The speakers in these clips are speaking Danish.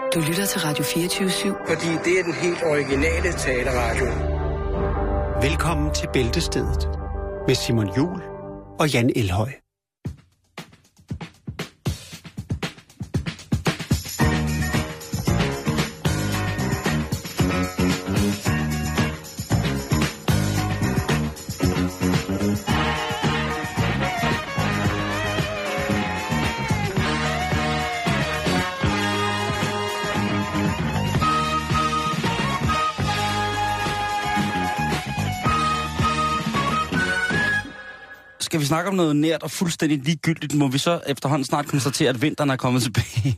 Du lytter til Radio 24/7. Fordi det er den helt originale taleradio. Velkommen til Bæltestedet med Simon Juhl og Jan Elhøj. Skal vi snakke om noget nært og fuldstændig ligegyldigt, må vi så efterhånden snart konstatere, at vinteren er kommet tilbage.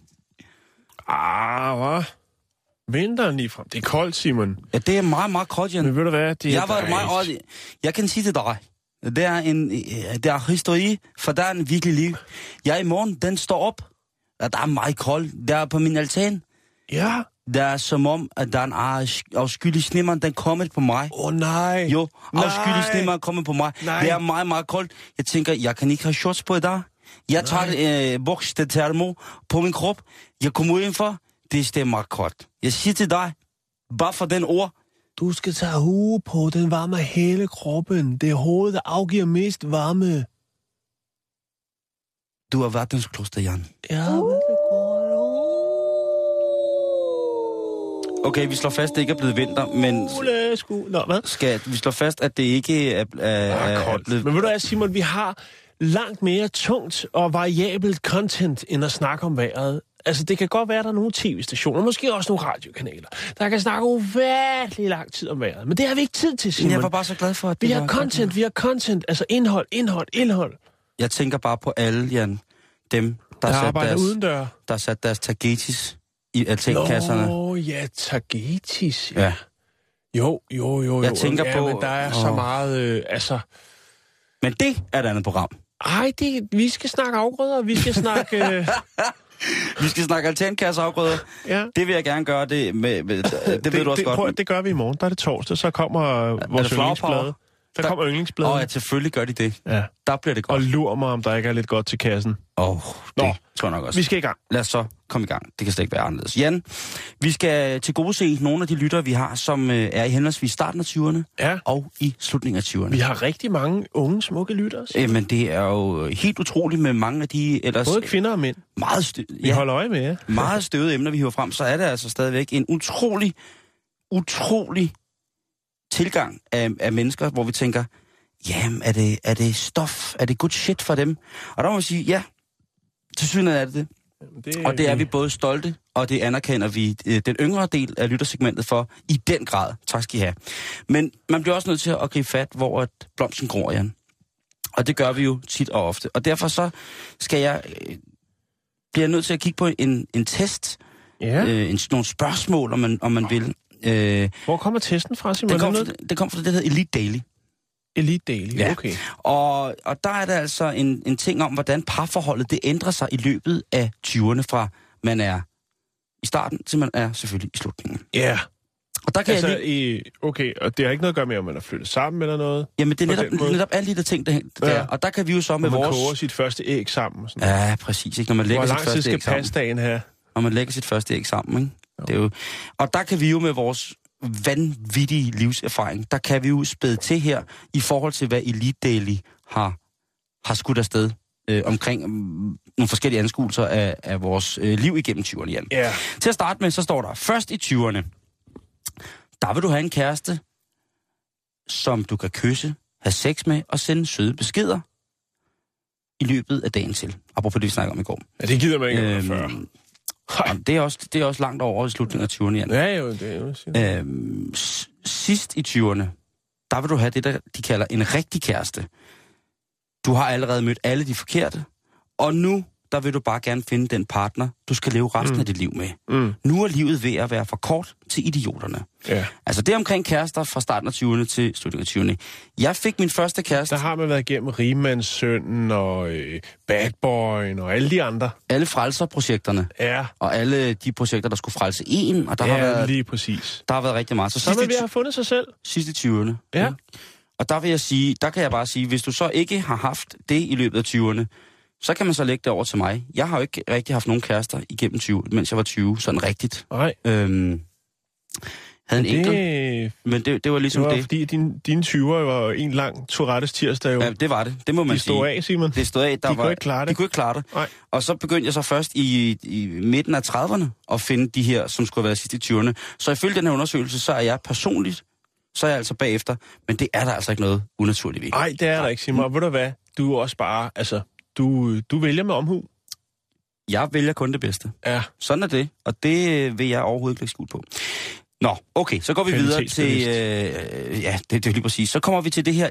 Hvad? Vinteren lige frem. Det er koldt, Simon. Ja, det er meget, meget koldt, Jan. Men ved du hvad? Det er Jeg kan sige til dig, det er historie, for der er en virkelig liv. Jeg i morgen, den står op, og der er meget koldt. Der er på min altan. Ja. Det er som om, at der er en afskyldig snemand, den kommer på mig. Nej. Jo, afskyldig snemand kommer på mig. Nej. Det er meget, meget koldt. Jeg tænker, jeg kan ikke have shorts på i dag. Jeg tager boks til termo på min krop. Jeg kommer udenfor. Det er meget koldt. Jeg siger til dig, bare for den ord. Du skal tage hue på, den varmer hele kroppen. Det er hovedet, der afgiver mest varme. Du har verdens klogeste, Jan. Ja, det går. Okay, vi slår fast, at det ikke er blevet vinter, men vi slår fast, at det ikke er blevet... Men ved du hvad, Simon, vi har langt mere tungt og variabelt content, end at snakke om vejret. Altså, det kan godt være, at der er nogle tv-stationer, måske også nogle radiokanaler, der kan snakke uværdelig lang tid om vejret. Men det har vi ikke tid til, Simon. Jeg var bare så glad for, at vi har content, altså indhold. Jeg tænker bare på alle, Jan, dem, der har sat deres tagetis i altankasserne. Ja, tagetis. Ja. Jo. Jeg tænker på... men der er så meget, Men det er et andet program. Ej, vi skal snakke afgrøder, vi skal snakke... Vi skal snakke altankasseafgrøder. Ja. Det vil jeg gerne gøre, det ved du også godt. Det gør vi i morgen, der er det torsdag, så kommer vores yndlingsblade. Der kommer yndlingsbladet. Ja, selvfølgelig gør de det. Ja. Der bliver det godt. Og lur mig, om der ikke er lidt godt til kassen. Det tror jeg nok også. Vi skal i gang. Lad os så komme i gang. Det kan slet ikke være anderledes. Jan, vi skal tilgodese nogle af de lyttere, vi har, som er i henholdsvis starten af 20'erne og i slutningen af 20'erne. Vi har rigtig mange unge, smukke lyttere. Men det er jo helt utroligt med mange af de ellers... Både kvinder og mænd. Vi holder øje med, ja. Meget støvede emner, vi hiver frem, så er det altså stadigvæk en utrolig tilgang af mennesker, hvor vi tænker, jamen, er det stof? Er det good shit for dem? Og der må vi sige, ja, til synligheden er det. Og det er vi både stolte, og det anerkender vi den yngre del af lyttersegmentet for i den grad. Tak skal I have. Men man bliver også nødt til at gribe fat, hvor blomsten gror, Jan. Og det gør vi jo tit og ofte. Og derfor så bliver jeg nødt til at kigge på en test. Ja. Nogle spørgsmål, om man vil. Hvor kommer testen fra, Simon? Det kom fra det, der hedder Elite Daily. Elite Daily, ja. Okay. Og der er der altså en ting om, hvordan parforholdet det ændrer sig i løbet af 20'erne, fra man er i starten, til man er selvfølgelig i slutningen. Ja. Yeah. Og der kan okay, og det har ikke noget at gøre med, om man er flyttet sammen eller noget? Jamen, det er netop alle de der ting, der. Og der kan vi jo så med vores... Man koger sit første æg sammen. Og sådan ja, præcis. Ikke? Når man lægger sit første æg sammen. Hvor lang tid skal pastaen have? Når man lægger sit første æg sammen, ikke? Det er jo... Og der kan vi jo med vores vanvittige livserfaring, der kan vi jo spæde til her, i forhold til, hvad Elite Daily har skudt afsted omkring nogle forskellige anskuelser af vores liv igennem 20'erne, Jan. Yeah. Til at starte med, så står der, først i 20'erne, der vil du have en kæreste, som du kan kysse, have sex med og sende søde beskeder i løbet af dagen til. Apropos det, vi snakkede om i går. Ja, det gider man ikke før. Det er også langt over i slutningen af 20'erne, Jan. Ja, jo, det er jo. Sidst i 20'erne, der vil du have det, der de kalder en rigtig kæreste. Du har allerede mødt alle de forkerte, og nu, der vil du bare gerne finde den partner, du skal leve resten af dit liv med. Nu er livet ved at være for kort til idioterne. Ja. Altså det er omkring kærester fra starten af 20'erne til slutningen af 20'erne. Jeg fik min første kæreste... Der har man været igennem Rigmandssønnen og Bad Boyen og alle de andre. Alle frelserprojekterne. Ja. Og alle de projekter, der skulle frelse en. Og der har været, lige præcis. Der har været rigtig meget. Så man ved at have fundet sig selv. Sidste 20'erne. Ja. Og der vil jeg sige, der kan jeg bare sige, hvis du så ikke har haft det i løbet af 20'erne, Så kan man så lægge det over til mig. Jeg har jo ikke rigtig haft nogen kærester igennem 20, mens jeg var 20, sådan rigtigt. Nej. Havde en enkelt, men det var ligesom det. Fordi dine 20'er var en lang Tourettes tirsdag jo. Ja, det var det. Det må man sige. De stod af, Simon. Det stod af. De kunne ikke klare det. De kunne ikke klare det. Nej. Og så begyndte jeg så først i midten af 30'erne at finde de her, som skulle have været sidst i 20'erne. Så ifølge den her undersøgelse, så er jeg personligt, så er jeg altså bagefter. Men det er der altså ikke noget unaturligt ved. Nej, det er der ikke, Simon. Ved du hvad? Du er også bare, altså, du vælger med omhu. Jeg vælger kun det bedste. Ja. Sådan er det, og det vil jeg overhovedet ikke lægge skuld på. Nå, okay, så går vi videre til... ja, det er lige præcis. Så kommer vi til det her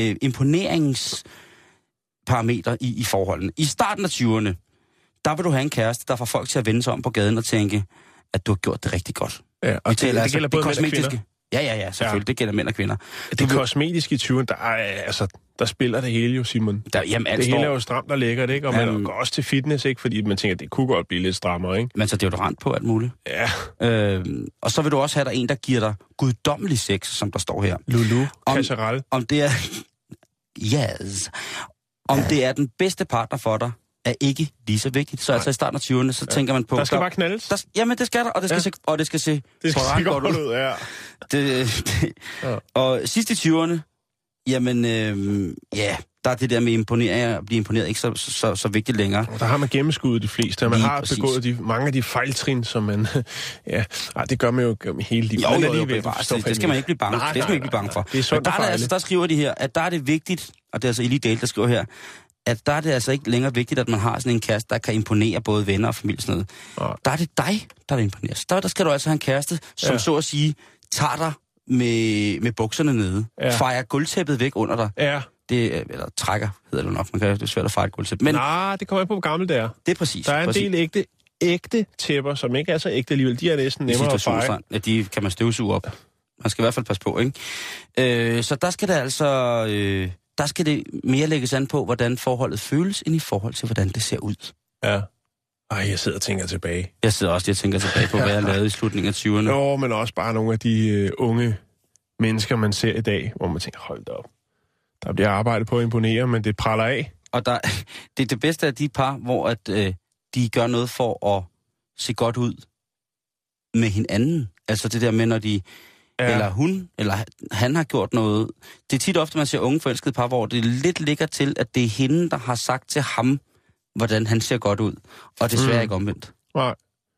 imponeringsparameter i forholdene. I starten af 20'erne, der vil du have en kæreste, der får folk til at vende sig om på gaden og tænke, at du har gjort det rigtig godt. Ja, og det gælder både mænd og kvinder. Ja, selvfølgelig. Ja. Det gælder mænd og kvinder. Det kosmetiske i 20'erne, der spiller det hele jo, Simon. Det hele er jo stramt og lækkert, ikke? Og man går også til fitness, ikke? Fordi man tænker, at det kunne godt blive lidt strammere, ikke? Men så deodorant på alt muligt. Ja. Og så vil du også have der en, der giver dig guddommelig sex, som der står her. Lulu, Casserelle. Om det er... Yes. Om det er den bedste partner for dig, er ikke lige så vigtigt. Så altså i starten af 20'erne, så tænker man på... Der skal bare knaldes. Jamen, det skal der, og det skal se godt ud, ja. Og sidst i 20'erne, jamen, der er det der med at blive imponeret ikke så vigtigt længere. Der har man gennemskuddet de fleste, og man har begået mange af de fejltrin, som man... det gør man jo hele livet. Det skal man ikke blive bange for. Det skal man ikke blive bange for. Det er sundt der skriver de her, at der er det vigtigt, og det er altså Ellie Dale, der skriver her, at der er det altså ikke længere vigtigt, at man har sådan en kæreste, der kan imponere både venner og familie og sådan noget. Ja. Der er det dig, der imponeres. Der skal du altså have en kæreste, som så at sige, tager dig med bukserne nede, fejrer gulvtæppet væk under dig. Ja. Eller trækker, hedder det nok. Man kan, det er svært at fejre et gulvtæppe. Men det kommer an på, hvor gammelt det er. Det er præcis. Der er en del ægte tæpper, som ikke er så ægte alligevel. De er næsten nemmere at fejre. Ja, de kan man støvsuge op. Man skal i hvert fald passe på, ikke? Så der skal det altså... Der skal det mere lægges an på, hvordan forholdet føles, end i forhold til, hvordan det ser ud. Ja. Jeg sidder og tænker tilbage. Jeg sidder også og tænker tilbage på, hvad jeg lavede i slutningen af 20'erne. Jo, men også bare nogle af de unge mennesker, man ser i dag, hvor man tænker, hold da op. Der bliver arbejdet på at imponere, men det praller af. Og det er det bedste af de par, hvor at, de gør noget for at se godt ud med hinanden. Altså det der med, når de... Ja. Eller hun, eller han har gjort noget. Det er tit ofte, man ser unge forelskede par, hvor det lidt ligger til, at det er hende, der har sagt til ham, hvordan han ser godt ud. Og desværre ikke omvendt. Nej.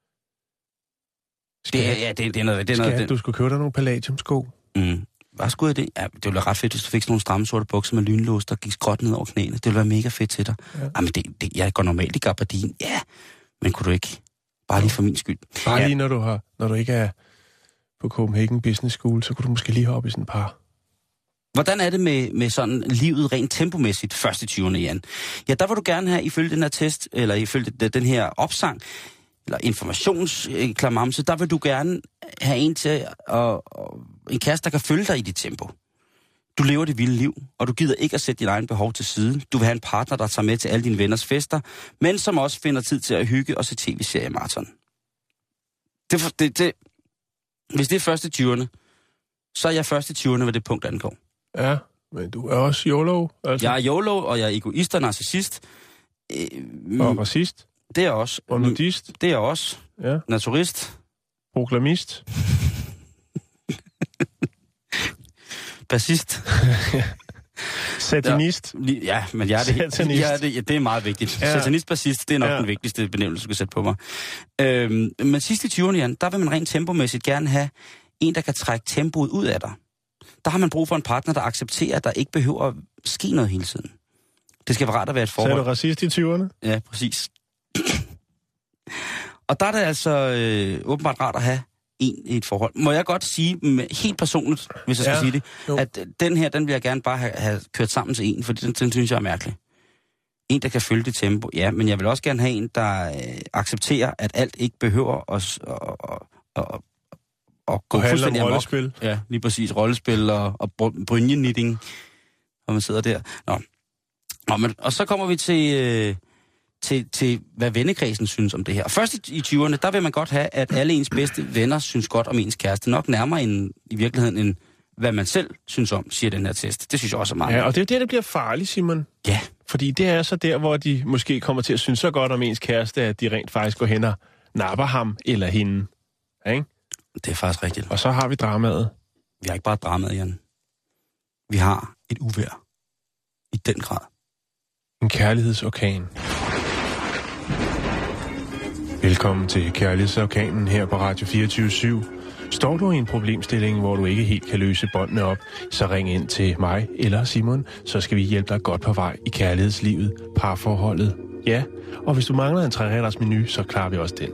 Det er noget... Du skulle købe dig nogle palladiumsko. Hvad skulle det? Ja, det ville være ret fedt, hvis du fik sådan nogle stramme sorte bukser med lynlås, der gik skråt ned over knæene. Det ville være mega fedt til dig. Ja. Jamen, jeg går normalt i gabardin. Ja, men kunne du ikke? Bare lige for min skyld. Bare lige, når du ikke er på Copenhagen Business School, så kunne du måske lige hoppe i sådan et par. Hvordan er det med sådan livet rent tempomæssigt først i 20'erne, Jan? Ja, der vil du gerne have, ifølge den her test, eller ifølge den her opsang, eller informationsklamamse, der vil du gerne have en til, en kæreste, der kan følge dig i dit tempo. Du lever det vilde liv, og du gider ikke at sætte dine egne behov til side. Du vil have en partner, der tager med til alle dine venners fester, men som også finder tid til at hygge og se tv-serie maraton. Hvis det er først i 20'erne, så er jeg først i 20'erne, hvad det punkt angår. Ja, men du er også YOLO, altså. Jeg er YOLO, og jeg er egoist og narcissist. Og racist. Det er jeg også. Og nudist. Det er jeg også. Ja. Naturist. Proklamist. Bassist. Satanist. Ja, men jeg er det er meget vigtigt. Ja. Satanist, bassist, det er nok den vigtigste benævnelse, du skal sætte på mig. Men sidst i 20'erne, Jan, der vil man rent tempomæssigt gerne have en, der kan trække tempoet ud af dig. Der har man brug for en partner, der accepterer, at der ikke behøver at ske noget hele tiden. Det skal være rart at være et forhold. Så er du racist i 20'erne? Ja, præcis. Og der er det altså åbenbart rart at have en i et forhold. Må jeg godt sige, helt personligt, hvis jeg skal sige det, at den her, den vil jeg gerne bare have kørt sammen til en, for den synes jeg er mærkelig. En, der kan følge det tempo, ja, men jeg vil også gerne have en, der accepterer, at alt ikke behøver at gå fuldstændig amok. Rollespil. Ja, lige præcis. Rollespil og brynjenitting, hvor man sidder der. Og så kommer vi til, hvad vennekredsen synes om det her. Først i 20'erne, der vil man godt have, at alle ens bedste venner synes godt om ens kæreste. Nok nærmere i virkeligheden, end hvad man selv synes om, siger den her test. Det synes jeg også er meget. Ja, og det er det, der bliver farligt, Simon. Ja. Fordi det er så der, hvor de måske kommer til at synes så godt om ens kæreste, at de rent faktisk går hen og napper ham eller hende. Ja, ikke? Det er faktisk rigtigt. Og så har vi dramaet. Vi har ikke bare dramaet, Jan. Vi har et uvejr. I den grad. En kærlighedsorkan. Velkommen til Kærlighedsorkanen her på Radio 24/7. Står du i en problemstilling, hvor du ikke helt kan løse båndene op, så ring ind til mig eller Simon, så skal vi hjælpe dig godt på vej i kærlighedslivet, parforholdet. Ja, og hvis du mangler en 3-retters menu, så klarer vi også den.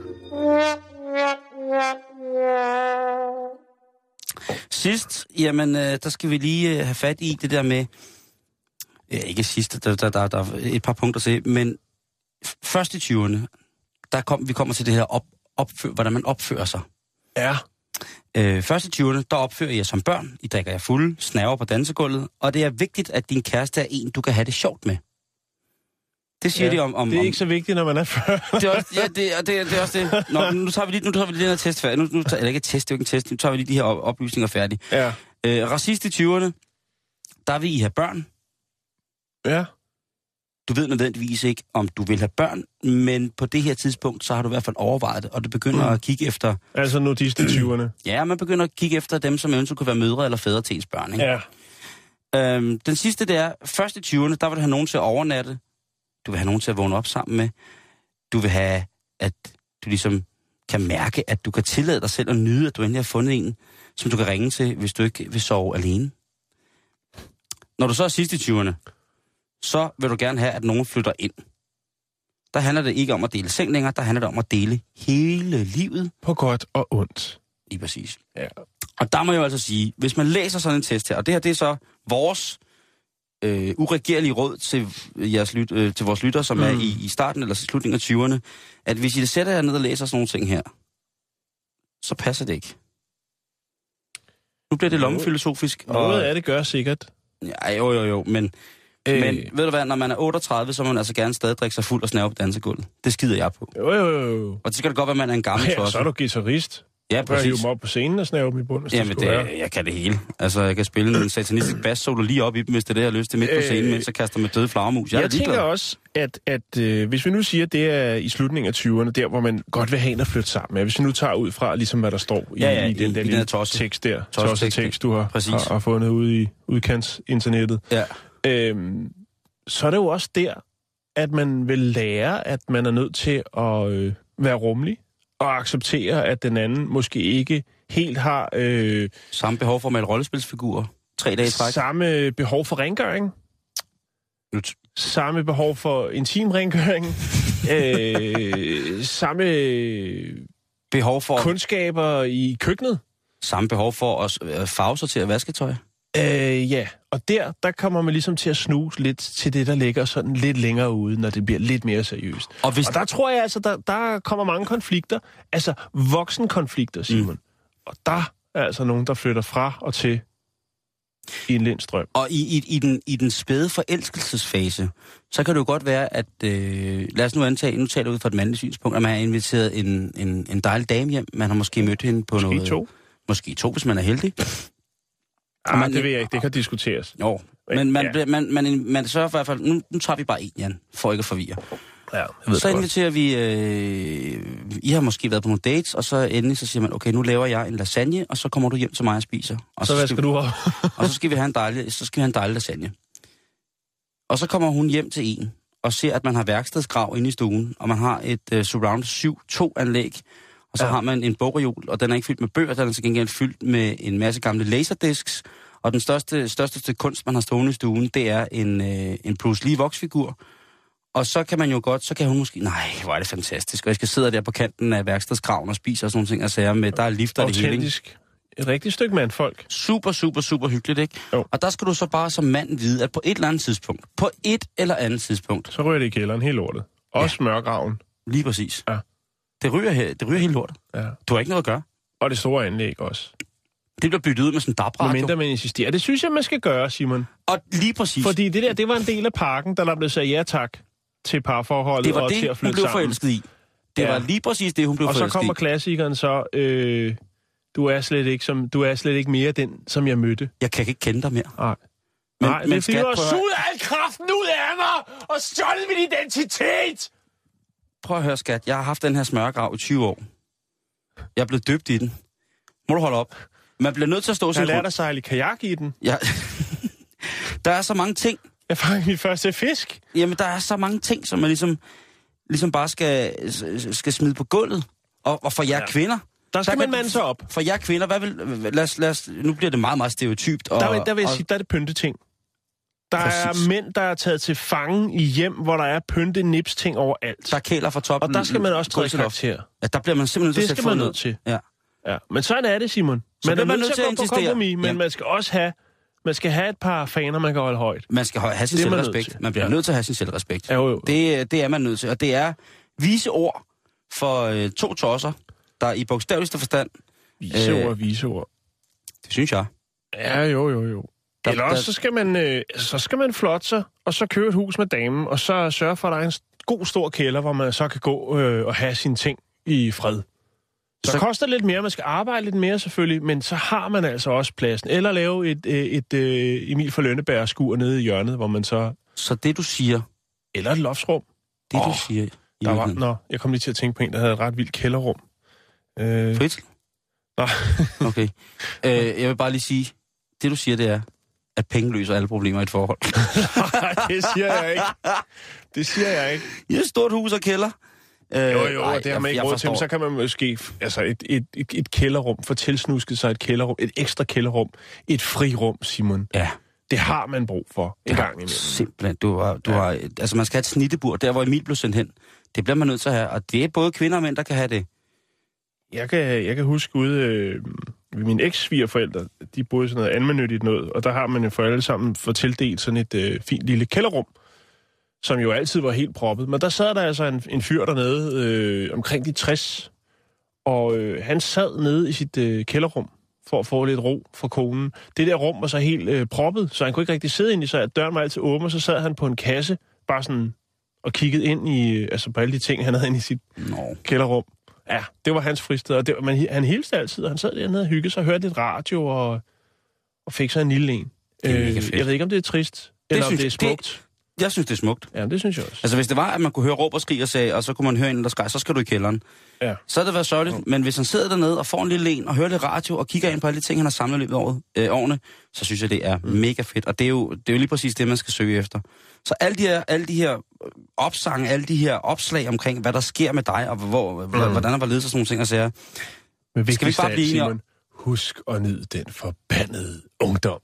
Sidst, jamen, der skal vi lige have fat i det der med... ikke sidst, der er et par punkter til, men først i 20'erne, vi kommer til det her hvordan man opfører sig. Ja. Først i 20'erne, der opfører jeg som børn. I drikker jeg fulde, snaver på dansegulvet, og det er vigtigt, at din kæreste er en, du kan have det sjovt med. Det siger de om... Det er ikke så vigtigt, når man er 40. Det er også, det er også det. Nå, nu tager vi lige den her test færdig. Eller ikke et test, det er jo ikke en test. Nu tager vi lige de her oplysninger færdige. Ja. Racist i 20'erne, der vil I have børn. Ja. Du ved nødvendigvis ikke, om du vil have børn, men på det her tidspunkt, så har du i hvert fald overvejet det, og du begynder at kigge efter... Altså nu de 20'erne. Ja, man begynder at kigge efter dem, som eventuelt kunne være mødre eller fædre til ens børn, ikke? Ja. Den sidste, det er, først i 20'erne, der vil du have nogen til at overnatte. Du vil have nogen til at vågne op sammen med. Du vil have, at du ligesom kan mærke, at du kan tillade dig selv at nyde, at du endelig har fundet en, som du kan ringe til, hvis du ikke vil sove alene. Når du så er sidst i 20'erne, så vil du gerne have, at nogen flytter ind. Der handler det ikke om at dele seng længere, der handler det om at dele hele livet. På godt og ondt. Lige præcis. Ja. Og der må jeg jo altså sige, hvis man læser sådan en test her, og det her det er så vores uregerlige råd til, til vores lyttere, som er i starten eller slutningen af 20'erne, at hvis I sætter jer ned og læser sådan nogle ting her, så passer det ikke. Nu bliver det lommefilosofisk. Noget af det gør sikkert. Ja, jo, men ved du hvad, når man er 38, så må man altså gerne stadig drikke sig fuld og snæve på dansegulvet. Det skider jeg på. Jo. Og det skal da godt være, at man er en gammel tosse. Så er du guitarist. Ja, præcis. Du kan hive mig op på scenen og snæve dem i bunden. Jamen, jeg kan det hele. Altså, jeg kan spille en satanistisk bass-solo lige op i dem, hvis det er det, jeg har lyst til midt på scenen, mens jeg kaster med døde flagermus. Jeg tænker også, at hvis vi nu siger, at det er i slutningen af 20'erne, der hvor man godt vil have en at flytte sammen med. Hvis vi nu tager ud fra, ligesom hvad der står i den der lille tekst der, tossetekst, du har fundet ude i udkantsinternettet, så er det jo også der, at man vil lære, at man er nødt til at være rummelig, og acceptere, at den anden måske ikke helt har... samme behov for at male rollespilsfigurer 3 dage i træk. Samme behov for rengøring. Samme behov for intim rengøring. Samme behov for kundskaber i køkkenet. Samme behov for at farvesortere vasketøj. Ja, og der kommer man ligesom til at snuse lidt til det, der ligger sådan lidt længere ude, når det bliver lidt mere seriøst. Og der tror jeg altså, der kommer mange konflikter, altså voksenkonflikter, Simon. Og der er altså nogen, der flytter fra og til i en lindstrøm. Og i den spæde forelskelsesfase, så kan det jo godt være, at lad os nu antage, nu taler ud fra et mandligt synspunkt, at man har inviteret en dejlig dame hjem. Man har måske mødt hende på noget... Måske to, hvis man er heldig. Det ved jeg ikke. Det kan diskuteres. Jo, men man sørger for i hvert fald... Nu tager vi bare en, Jan, for ikke at forvirre. Ja, så inviterer vi... I har måske været på nogle dates, og så endelig så siger man, okay, nu laver jeg en lasagne, og så kommer du hjem til mig og spiser. Og så hvad skal du have? Og så skal vi have en dejlig lasagne. Og så kommer hun hjem til en, og ser, at man har værkstedsgrav inde i stuen, og man har et Surround 7.2-anlæg, og så har man en bogreol, og den er ikke fyldt med bøger, den er så gengæld fyldt med en masse gamle laserdiscs, og den største kunst, man har stående i stuen, det er en Bruce Lee voksfigur. Og så kan man jo godt, så kan hun måske, nej, hvor er det fantastisk, og jeg skal sidde der på kanten af værkstedsgraven og spise og sådan nogle ting, og sager med, der er lifter og det hele. Autentisk. Et rigtigt stykke mandfolk. Super, super, super hyggeligt, ikke? Jo. Og der skal du så bare som mand vide, at på et eller andet tidspunkt, så ryger det i kælderen helt lortet. Også smørgraven. Lige præcis. Ja. Det ryger helt lortet. Ja. Du har ikke noget at gøre. Og det store anlæg også. Det bliver byttet ud med sådan en DAB-radio. Mindre man insisterer. Det synes jeg, man skal gøre, Simon. Og lige præcis. Fordi det var en del af pakken, der blev sagt ja tak til parforholdet og til at flytte sammen. Det var det, hun blev forelsket i. Det var lige præcis det, hun blev forelsket i. Og så kommer klassikeren så, du er slet ikke mere den, som jeg mødte. Jeg kan ikke kende dig mere. Nej. Nej, det er fordi, du har suget al kraften ud af mig og stjålet min identitet! Prøv at høre, skat. Jeg har haft den her smørgrav i 20 år. Jeg er blevet døbt i den. Må du holde op? Man bliver nødt til at stå sin grund. Jeg lærte at sejle kajak i den. Ja. Der er så mange ting. Jeg fangede min første fisk. Jamen, der er så mange ting, som man ligesom bare skal smide på gulvet. Og for jer kvinder... Der skal man mande sig op. For jer kvinder, hvad vil... Lad os, nu bliver det meget, meget stereotypt. Der vil jeg sige, der er det pynteting. Der er mænd, der er taget til fange i hjem, hvor der er pynte-nips-ting overalt. Der kæler fra toppen. Og der skal man også træde karakter. Ja, der bliver man simpelthen nødt til at sætte det skal man nødt til. Ja. Men sådan er det, Simon. Man er nødt til at gå på kompromis, men man skal også have et par faner, man kan holde højt. Man skal have sin selvrespekt. Man bliver nødt til at have sin selvrespekt. Jo. Det er man nødt til. Og det er vise ord for 2 tosser, der i bogstaveligste forstand... Vise ord. Det synes jeg. Ja, jo. Eller også så skal man flotte sig, og så købe et hus med damen, og så sørge for, at der er en god stor kælder, hvor man så kan gå og have sine ting i fred. Så koster lidt mere, man skal arbejde lidt mere selvfølgelig, men så har man altså også pladsen. Eller lave et Emil fra Lønneberg-skur nede i hjørnet, hvor man så... Så det, du siger... Eller et loftsrum. Det, du siger... Jeg kom lige til at tænke på en, der havde et ret vildt kælderrum. Frit? Nej. Okay. Jeg vil bare lige sige, det du siger, det er, at penge løser alle problemer i et forhold. Nej, det siger jeg ikke. I et stort hus og kælder. Og det har man ikke råd til, så kan man måske et kælderrum, få tilsnusket sig et kælderrum, et ekstra kælderrum, et frirum, Simon. Ja. Det har man brug for en gang imellem. Simpelthen. Du har, altså man skal have et snittebur, der hvor Emil blev sendt hen. Det bliver man nødt til at have, og det er både kvinder og mænd, der kan have det. Jeg kan huske ude ved mine eks-svigerforældre, de boede sådan noget almennyttigt noget, og der har man jo for alle sammen fået tildelt sådan et fint lille kælderrum, som jo altid var helt proppet. Men der sad der altså en fyr dernede omkring de 60, og han sad nede i sit kælderrum for at få lidt ro fra konen. Det der rum var så helt proppet, så han kunne ikke rigtig sidde ind i sig. Døren var altid åben, og så sad han på en kasse, bare sådan og kiggede ind på alle de ting, han havde inde i sit kælderrum. Ja, det var hans fristed, og han hilste altid, og han sad dernede og hyggede sig, hørte lidt radio og fik sig en lille en. Jeg ved ikke, om det er trist, eller om det er smukt. Jeg synes, det er smukt. Ja, det synes jeg også. Altså, hvis det var, at man kunne høre råb og skrig og sagde, og så kunne man høre en, der skreg, så skal du i kælderen. Ja. Så havde det været sørgeligt, men hvis han sidder dernede og får en lille en, og hører lidt radio, og kigger ind på alle de ting, han har samlet i løbet af årene, så synes jeg, det er mega fedt. Og det er jo lige præcis det, man skal søge efter. Så alle de her opsange, alle de her opslag omkring, hvad der sker med dig, og hvordan der var ledet sig sådan nogle ting og sager. Men skal vi ikke bare blive enige om? Husk at nyde den forbandede ungdom.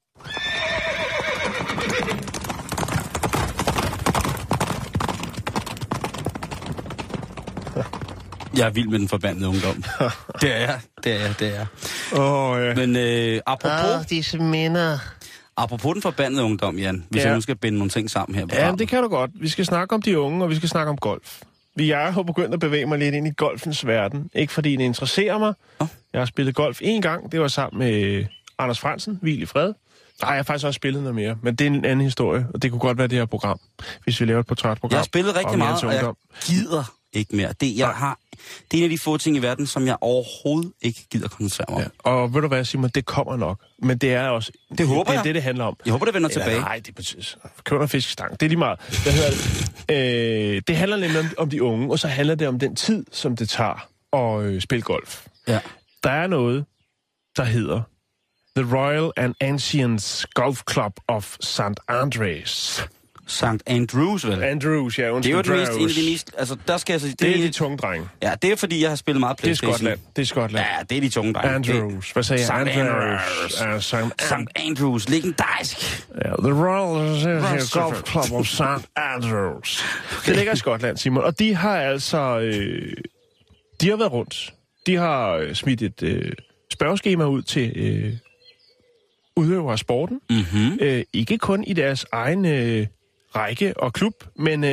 Jeg er vild med den forbandede ungdom. Det er jeg. Ja. Men apropos... disse minder. Apropos den forbandede ungdom, Jan. Hvis jeg nu skal binde nogle ting sammen her på rammen. Det kan du godt. Vi skal snakke om de unge, og vi skal snakke om golf. Jeg har begyndt at bevæge mig lidt ind i golfens verden. Ikke fordi det interesserer mig. Jeg har spillet golf 1 gang. Det var sammen med Anders Frandsen, Hvil i fred. Nej, jeg har faktisk også spillet noget mere. Men det er en anden historie, og det kunne godt være det her program, hvis vi laver et portrætprogram. Jeg har spillet rigtig meget, og jeg gider ikke mere. Det er en af de få ting i verden, som jeg overhovedet ikke gider koncentrere mig om. Ja. Og ved du hvad, Simon, det kommer nok. Men det er også... Det håber jeg. Det er det handler om. Jeg håber, det vender tilbage. Nej, det betyder... Køb en fiskestang. Det er lige meget. Hvad hedder det? Det handler nemlig om de unge, og så handler det om den tid, som det tager at spille golf. Ja. Der er noget, der hedder The Royal and Ancients Golf Club of St. Andrews. St. Andrews, vel? Andrews, ja. Det er jo en af de mest... Altså, der skal jeg sige... Det er de tunge drenge. Ja, det er fordi, jeg har spillet meget PlayStation. Det er Skotland. Ja, det er de tunge drenge. Andrews. Hvad sagde jeg? Andrews. St. Andrews. Legendarisk. Ja, The Royal Golf Club of St. Andrews. Det ligger i Skotland, Simon. Og de har altså... de har været rundt. De har smidt et spørgeskema ud til udøvere af sporten. Mm-hmm. Ikke kun i deres egen... række og klub, men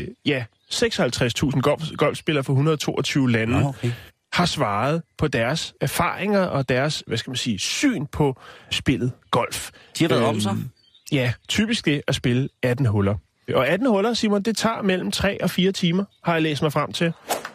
56.000 golfspillere fra 122 lande har svaret på deres erfaringer og deres, syn på spillet golf. De har været om sig? Ja, typisk det at spille 18 huller. Og 18 huller, Simon, det tager mellem 3 og 4 timer, har jeg læst mig frem til.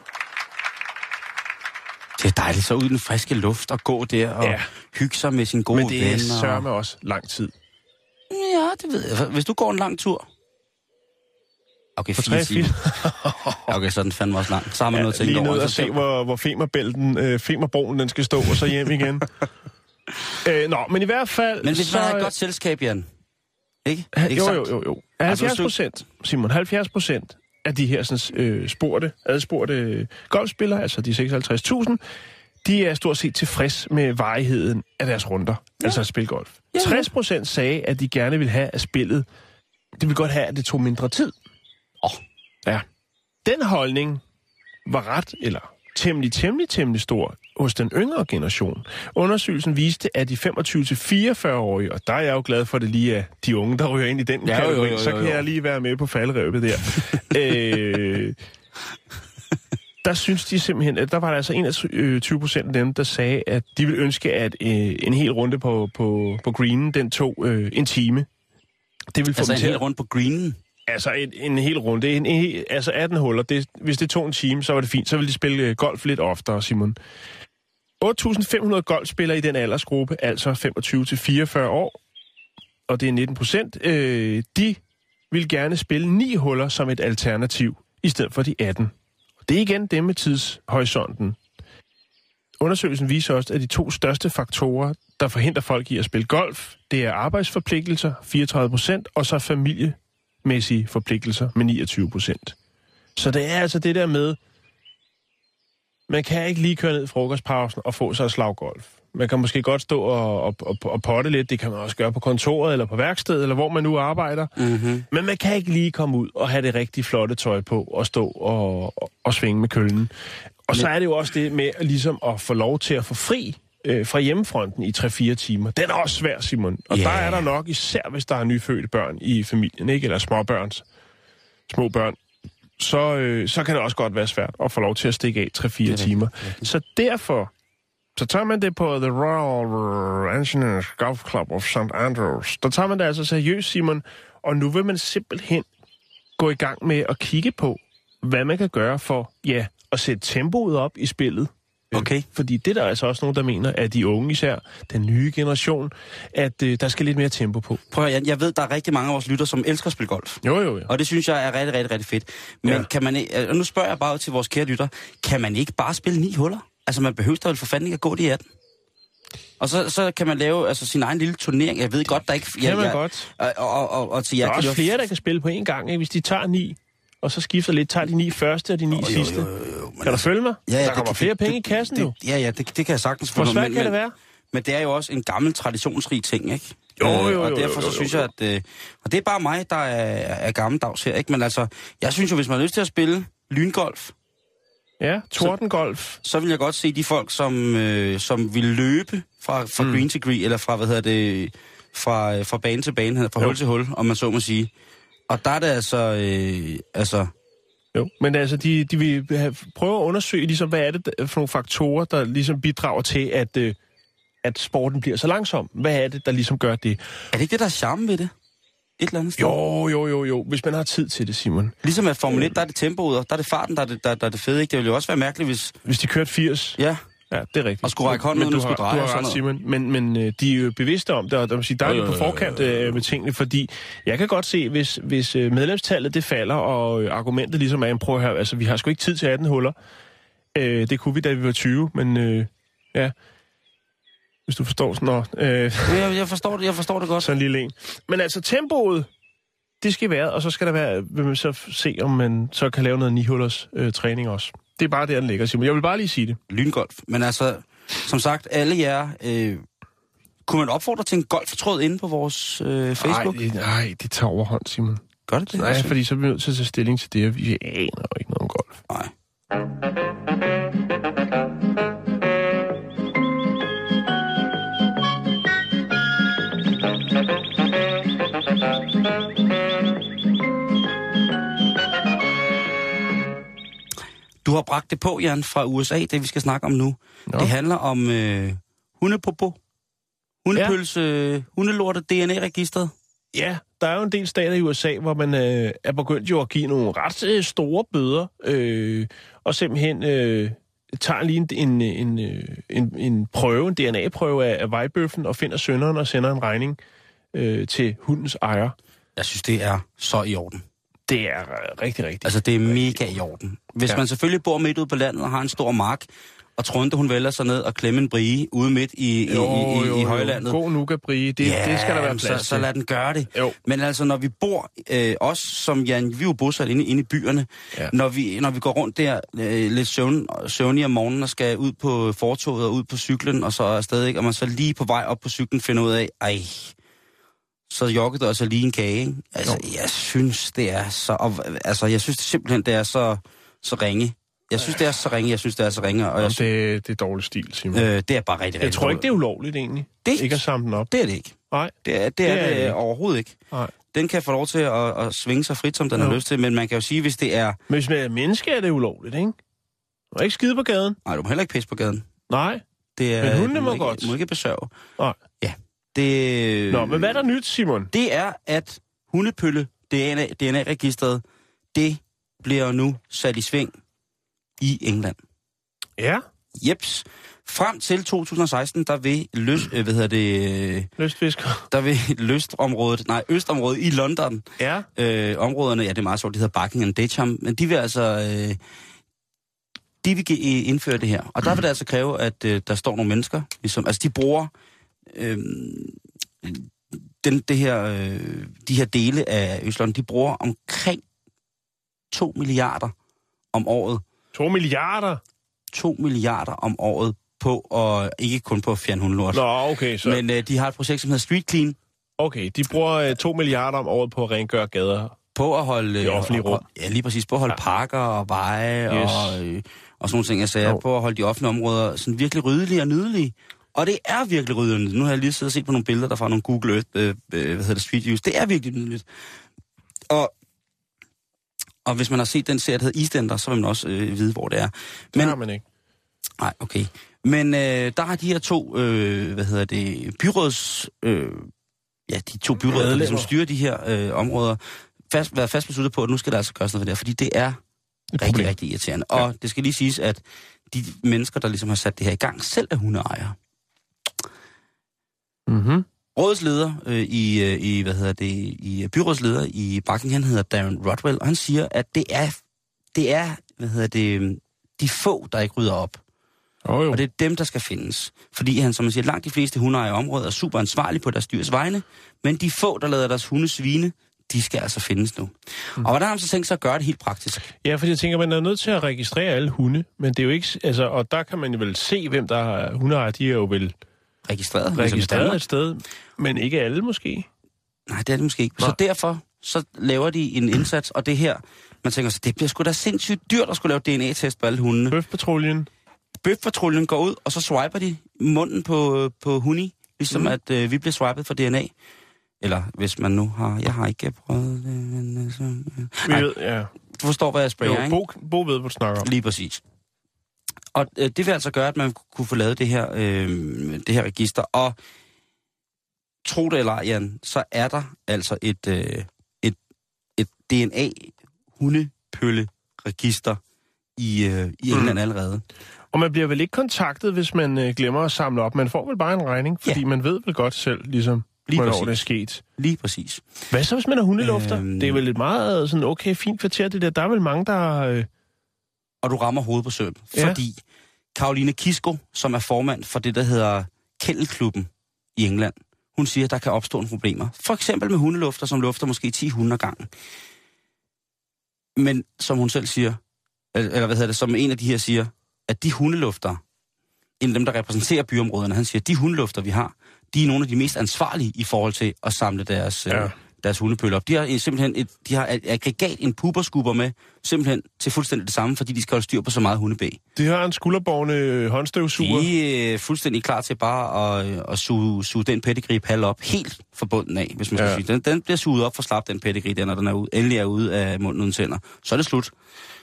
Det er dejligt så ud i den friske luft og gå der og hygge sig med sine gode venner. Men det sørger med også lang tid. ved jeg. Hvis du går en lang tur... Okay, 4 timer. Okay, så er den fandme også lang. Så har man noget til at lige ned og se, hvor Femerbroen den skal stå, og så hjem igen. Men i hvert fald... Men hvis man har et godt selskab, Jan. Ikke? Jo. 70%, Simon, 70% af de her sådan, adspurgte golfspillere, altså de 56.000, de er stort set tilfreds med varigheden af deres runder, altså at spille golf. 60% sagde, at de gerne vil have at spillet, det vil godt have, at det tog mindre tid. Ja. Den holdning var ret, eller temmelig stor hos den yngre generation. Undersøgelsen viste, at de 25-44-årige, og der er jeg jo glad for, det lige er de unge, der ryger ind i den kategori, så kan jeg lige være med på faldrebet der. Der synes de simpelthen, at der var der altså 21% af dem, der sagde, at de ville ønske, at en hel runde på greenen, den tog en time. Det vil få altså en hel runde på greenen? Altså en hel runde, altså 18 huller. Hvis det tog en time, så var det fint. Så ville de spille golf lidt oftere, Simon. 8.500 golfspillere i den aldersgruppe, altså 25-44 år, og det er 19%, de vil gerne spille 9 huller som et alternativ, i stedet for de 18. Det er igen dem med tidshorisonten. Undersøgelsen viser også, at de 2 største faktorer, der forhindrer folk i at spille golf, det er arbejdsforpligtelser, 34%, og så familiemæssige forpligtelser med 29%. Så det er altså det der med, man kan ikke lige køre ned i frokostpausen og få sig et slag golf. Man kan måske godt stå og potte lidt, det kan man også gøre på kontoret eller på værkstedet, eller hvor man nu arbejder. Mm-hmm. Men man kan ikke lige komme ud og have det rigtig flotte tøj på og stå og svinge med køllen. Og så er det jo også det med ligesom at få lov til at få fri fra hjemmefronten i 3-4 timer. Den er også svær, Simon. Og der er der nok, især hvis der er nyfødte børn i familien, ikke? Eller små børn, så kan det også godt være svært at få lov til at stikke af 3-4 timer. Så derfor, så tager man det på The Royal Engineers Golf Club of St. Andrews. Der tager man det altså seriøst, Simon, og nu vil man simpelthen gå i gang med at kigge på, hvad man kan gøre for, at sætte tempoet op i spillet. Okay. Fordi det der er altså også nogen, der mener, at de unge især, den nye generation, at der skal lidt mere tempo på. Prøv at, jeg ved, der er rigtig mange af vores lytter, som elsker at spille golf. Jo. Og det synes jeg er rigtig, rigtig, rigtig fedt. Men kan man, og nu spørger jeg bare til vores kære lytter, kan man ikke bare spille 9 huller? Altså man behøver da vel for fanden ikke at gå de 18. Og så kan man lave altså sin egen lille turnering. Jeg ved godt, der ikke... Kan man godt. Og til jer, der er også flere, der kan spille på en gang, ikke? Hvis de tager 9... og så skifter lidt, tager de 9 første og de 9 sidste. Kan du følge mig? Ja, der kommer flere penge i kassen nu. Det kan jeg sagtens få. Hvor svært kan det være? Men det er jo også en gammel, traditionsrig ting, ikke? Jo. Og derfor så synes jeg, at... og det er bare mig, der er gammeldags her, ikke? Men altså, jeg synes jo, hvis man har lyst til at spille lyngolf... Ja, tordengolf. Så vil jeg godt se de folk, som vil løbe fra green to green, eller fra, fra bane til bane, fra hul til hul, om man så må sige. Og der er det altså... Jo, men altså, de vil prøve at undersøge, ligesom, hvad er det for nogle faktorer, der ligesom bidrager til, at sporten bliver så langsom. Hvad er det, der ligesom gør det? Er det ikke det, der er charme ved det? Et eller andet sted? Jo. Hvis man har tid til det, Simon. Ligesom at Formel 1, der er det tempoet, og der er det farten, der er det fede, ikke? Det ville jo også være mærkeligt, hvis de kørte 80. Ja. Ja, det er rigtigt. Og skulle række hånden, uden skulle dreje. Du har ret, Simon. Men de er jo bevidste om det, og der er jo på forkant med tingene, fordi jeg kan godt se, hvis medlemstallet det falder, og argumentet ligesom er, prøv her, altså vi har sgu ikke tid til 18 huller. Det kunne vi, da vi var 20, men ja... Hvis du forstår sådan noget. Jeg forstår det godt. Sådan en lille en. Men altså tempoet, det skal være, og så skal der være, vil man så se, om man så kan lave noget 9-hullers træning også. Det er bare der, den ligger, Simon. Jeg vil bare lige sige det. Lyngolf. Men altså, som sagt, alle jer... kunne man opfordre til en golftråd inde på vores Facebook? Nej, det tager overhånd, Simon. Gør det? Nej, fordi så bliver vi nødt til at tage stilling til det, og vi aner jo ikke noget om golf. Nej. Du har bragt det på, Jan, fra USA, det vi skal snakke om nu. Nå. Det handler om hundepopo, hundepølse, hundelorte, DNA-registret. Ja, der er jo en del stater i USA, hvor man er begyndt jo at give nogle ret store bøder, og simpelthen tager lige en prøve, en DNA-prøve af vejbøffen, og finder synderen og sender en regning til hundens ejer. Jeg synes, det er så i orden. Det er rigtig, rigtig. Altså, det er mega i orden. Hvis man selvfølgelig bor midt ude på landet og har en stor mark, og Trunte, hun vælger sig ned og klemme en brie ude midt i højlandet. God nougat-brie, det skal der være plads til. Så lad den gøre det. Jo. Men altså, når vi bor, os som Jan, vi er jo bosat inde i byerne, når vi går rundt der lidt søvnig om morgenen og skal ud på fortoget og ud på cyklen, og så er stadig, og man så lige på vej op på cyklen finder ud af, så joggede der altså lige en kage, ikke? Altså, jeg synes, det er så... jeg synes det simpelthen, det er så ringe. Jeg synes, det er så ringe. Og det er dårlig stil, Simon. Det er bare rigtig jeg tror ikke, det er ulovligt, egentlig. Ikke at samle den op. Det er det ikke. Nej. Det er det overhovedet ikke. Nej. Den kan få lov til at svinge sig frit, som den har lyst til, men man kan jo sige, hvis det er... Men hvis man er menneske, er det ulovligt, ikke? Du må ikke skide på gaden. Nej, du må heller ikke pisse på gaden. Nej, det er, men hundene må godt. Du må ikke besørge. Nej. Ja. Det... Nå, men hvad er der nyt, Simon? Det er, at hundepølle, DNA-registret, det bliver nu sat i sving i England. Ja? Jeps. Frem til 2016, der vil lystfisker. Der vil østområdet i London. Ja. Områderne, det er meget sjovt, det hedder Buckingham and Dateham, men de vil altså de vil indføre det her. Og der vil det altså kræve, at der står nogle mennesker, ligesom, altså de bruger de her dele af Østlund, de bruger omkring 2 milliarder om året. 2 milliarder? 2 milliarder om året på, og ikke kun på at fjerne hundelort. Nå, okay, så... Men de har et projekt, som hedder Street Clean. Okay, de bruger 2 milliarder om året på at rengøre gader. På at holde... Det offentlige rum. Ja, lige præcis. På at holde parker og veje og sådan nogle ting, jeg sagde. På at holde de offentlige områder sådan virkelig ryddelige og nydelige. Og det er virkelig ryddeligt. Nu har jeg lige siddet og set på nogle billeder, der fra nogle Google Earth, Street Views. Det er virkelig nydeligt. Og hvis man har set den serie, der hedder EastEnders, så vil man også vide, hvor det er. Men, det har man ikke. Nej, okay. Men der har de her to, byråds... de to byråd, der ligesom styrer de her områder, været fast besluttet på, at nu skal der altså gøres noget for det her, fordi det er rigtig, rigtig irriterende. Ja. Og det skal lige siges, at de mennesker, der ligesom har sat det her i gang, selv er hundeejere. Mhm. Rådets leder i byrådsleder i Buckingham hedder Darren Rodwell, og han siger, at det er de få, der ikke rydder op. Og det er dem, der skal findes. Fordi han, som man siger, langt de fleste hundeejere i området er super ansvarlige på deres dyrs vegne, men de få, der lader deres hunde svine, de skal altså findes nu. Og hvordan har man så tænkt sig at gøre det helt praktisk? Ja, fordi jeg tænker, man er nødt til at registrere alle hunde, men det er jo ikke, altså, og der kan man jo vel se, hvem der er hundeejere, de er jo vel registreret et sted, men ikke alle måske. Nej, det er det måske ikke. Nej. Så derfor så laver de en indsats, og det her, man tænker så, det bliver sgu da sindssygt dyrt at skulle lave DNA-test på alle hundene. Bøfpatruljen går ud, og så swiper de munden på hundi, ligesom at vi bliver swipet for DNA. Eller hvis man nu har... Jeg har ikke prøvet det, men... Du forstår, hvad jeg sprayer, ikke? Bo ved, hvad du snakker om. Lige præcis. Og det vil altså gøre, at man kunne få lavet det her register. Og tro det eller ej, Jan, så er der altså et DNA-hundepølle-register i England allerede. Og man bliver vel ikke kontaktet, hvis man glemmer at samle op. Man får vel bare en regning, fordi man ved vel godt selv, ligesom, hvornår det er sket. Lige præcis. Hvad så, hvis man er hundelufter? Det er vel et meget sådan okay, fint kvarter, det der. Der er vel mange, der... Og du rammer hovedet på søm, fordi Caroline Kisko, som er formand for det, der hedder Kennelklubben i England, hun siger, at der kan opstå nogle problemer. For eksempel med hundelufter, som lufter måske 10 hunde ad gangen. Men som hun selv siger, som en af de her siger, at de hundelufter, en af dem, der repræsenterer byområderne, han siger, at de hundelufter, vi har, de er nogle af de mest ansvarlige i forhold til at samle deres hundepøller op. De har simpelthen de har aggregat, en puberskubber med, simpelthen til fuldstændig det samme, fordi de skal holde styr på så meget hundebæ. De har en skulderborgende håndstøvsuger. De er fuldstændig klar til bare at suge den pedigree-palle op, helt fra bunden af, hvis man skal sige. Den bliver suget op for slap, den pedigree, når den endelig er ude af munden uden tænder. Så er det slut.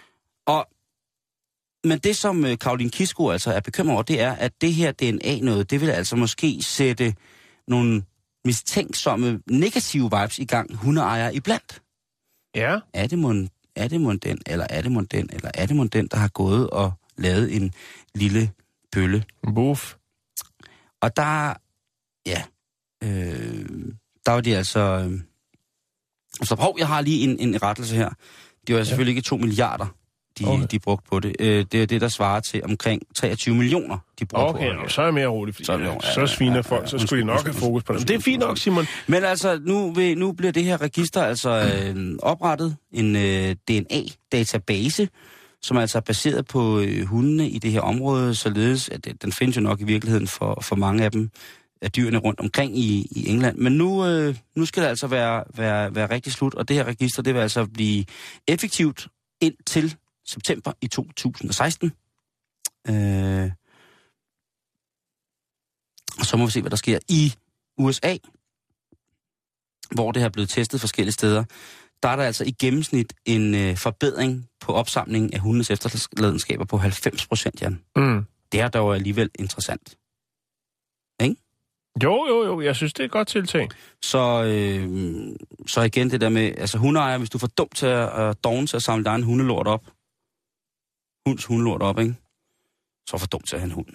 Men det, som Caroline Kisko altså er bekymret over, det er, at det her DNA-noget, det vil altså måske sætte nogle mistænksomme, negative vibes i gang, hundeejere iblandt. Ja. Er det mon den, eller er det mon den, der har gået og lavet en lille bølle? Buff. Og der der var de altså... Så jeg har lige en rettelse her. Det var selvfølgelig ikke 2 milliarder, de brugte på det. Det er det, der svarer til omkring 23 millioner, de brugte på det. Okay, så er jeg mere rolig, fordi så sviner folk, så skulle de nok have fokus på det. Det er fint nok, Simon. Men altså, nu bliver det her register altså oprettet, en DNA-database, som altså er baseret på hundene i det her område, således at den findes jo nok i virkeligheden for mange af dem, af dyrene rundt omkring i England. Men nu skal det altså være rigtig slut, og det her register, det vil altså blive effektivt indtil september i 2016. Og så må vi se, hvad der sker i USA, hvor det har blevet testet forskellige steder. Der er der altså i gennemsnit en forbedring på opsamlingen af hundenes efterladenskaber på 90%, Jan. Mm. Det er dog alligevel interessant. Ikke? Jo, jeg synes, det er et godt tiltag. Så igen det der med, altså hundeejer, hvis du får dumt til at dogne til at samle dig en hundelort op, hundelort op, ikke? Så for dumt til at have en hund.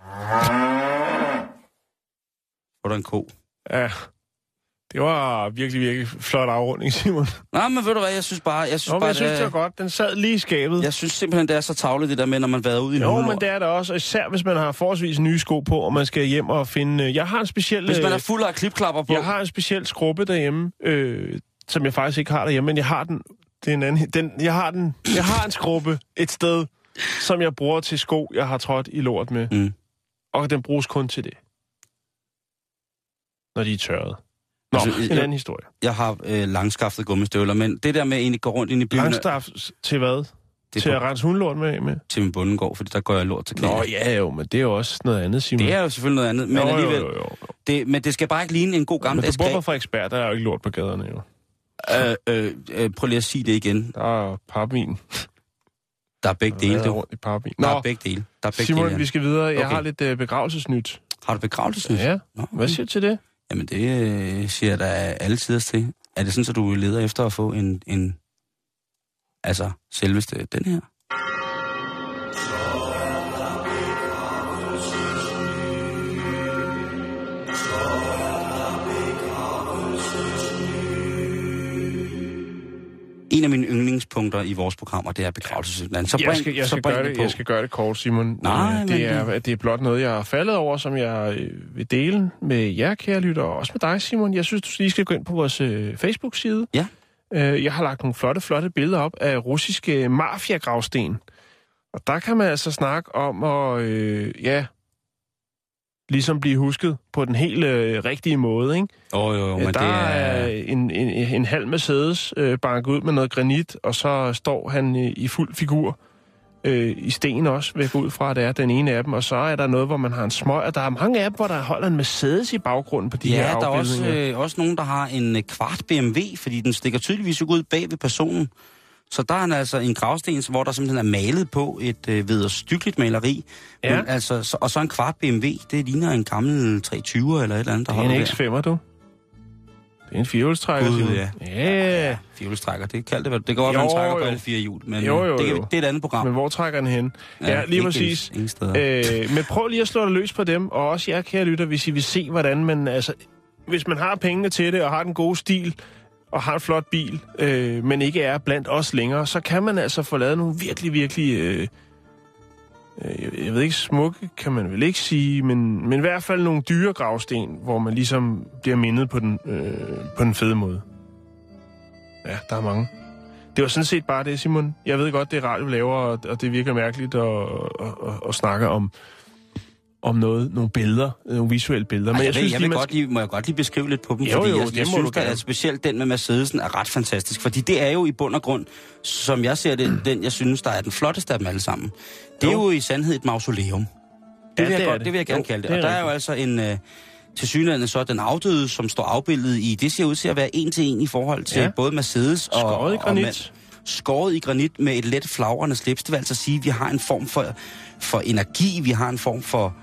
Får du en ko? Ja, det var virkelig, virkelig flot afrunding, Simon. Nej, men ved du hvad, jeg synes det var godt. Den sad lige i skabet. Jeg synes simpelthen, det er så tarveligt, det der med, når man vader ud i en hundelort. Jo, men det er det også, især hvis man har forholdsvis nye sko på, og man skal hjem og finde... Jeg har en speciel... Hvis man er fuld af klipklapper på. Jeg har en speciel skrubbe derhjemme, som jeg faktisk ikke har derhjemme, men jeg har den... Det er en anden... Jeg har en skrubbe et sted, som jeg bruger til sko, jeg har trådt i lort med. Mm. Og den bruges kun til det. Når de er tørret. Nå, altså, en anden historie. Jeg har langskaftet gummistøvler, men det der med at egentlig gå rundt ind i byen... Langskaft til hvad? Til at rense hundelort med? Til min bundegård, fordi der går jeg lort til knæene. Nå ja jo, men det er jo også noget andet, Simon. Det er jo selvfølgelig noget andet, men alligevel... Jo. Men det skal bare ikke ligne en god gammeldags... Men du bor for ekspert, der er jo ikke lort på gaderne, jo. Prøv lige at sige det igen. Der er papvin. Der er begge dele, du. Der er begge dele. Simon, vi skal videre. Jeg har lidt begravelsesnyt. Har du begravelsesnyt? Ja. Hvad siger du til det? Jamen, det siger jeg da alle tiders til. Er det sådan, at du leder efter at få en altså, selveste den her? En af mine yndlingspunkter i vores programmer, det er begravelsessynden. Jeg skal gøre det kort, Simon. Nej, det er blot noget, jeg er faldet over, som jeg vil dele med jer, kære lytter, og også med dig, Simon. Jeg synes, du lige skal gå ind på vores Facebook-side. Ja. Jeg har lagt nogle flotte billeder op af russiske mafia-gravsten. Og der kan man altså snakke om at, ligesom blive husket på den helt rigtige måde, ikke? Jo, men der det er... en halv Mercedes banket ud med noget granit, og så står han i fuld figur i sten også, vil jeg gå ud fra, at det er den ene af dem, og så er der noget, hvor man har en smøg, og der er mange af dem, hvor der holder en Mercedes i baggrunden på de her afbildninger. Ja, der er også nogen, der har en kvart BMW, fordi den stikker tydeligvis ud bag ved personen. Så der er altså en gravsten, hvor der simpelthen er malet på et vederstyggeligt maleri. Ja. Men altså, og så en kvart BMW, det ligner en gammel 320'er eller et eller andet, der holder der. Det er en X5'er, du. Det er en firehjulstrækker, Simon. Ja, firehjulstrækker, det kaldte det. Det går godt, at man trækker på alle 4 hjul, men det er et andet program. Men hvor trækker den hen? Ja, lige præcis. Men prøv lige at slå dig løs på dem, og også jer, kære lytter, hvis I vil se, hvordan man, altså, hvis man har pengene til det, og har den gode stil, og har en flot bil, men ikke er blandt os længere, så kan man altså få lavet nogle virkelig, jeg ved ikke, smukke kan man vel ikke sige, men i hvert fald nogle dyre gravsten, hvor man ligesom bliver mindet på den fede måde. Ja, der er mange. Det var sådan set bare det, Simon. Jeg ved godt, det er radio laver, og det virker mærkeligt at snakke om nogle billeder, nogle visuelle billeder. Men må jeg godt lige beskrive lidt på dem, fordi jeg synes, at specielt den med Mercedesen er ret fantastisk, fordi det er jo i bund og grund, som jeg ser det, den jeg synes, der er den flotteste af dem alle sammen. Det er jo i sandhed et mausoleum. Det vil jeg gerne kalde det. Og der er jo altså en... tilsyneladende så den afdøde, som står afbildet i, det ser ud til at være 1 til 1 i forhold til både Mercedes skåret i granit. Skåret i granit med et let flagrende slips. Det vil altså sige, at vi har en form for energi, vi har en form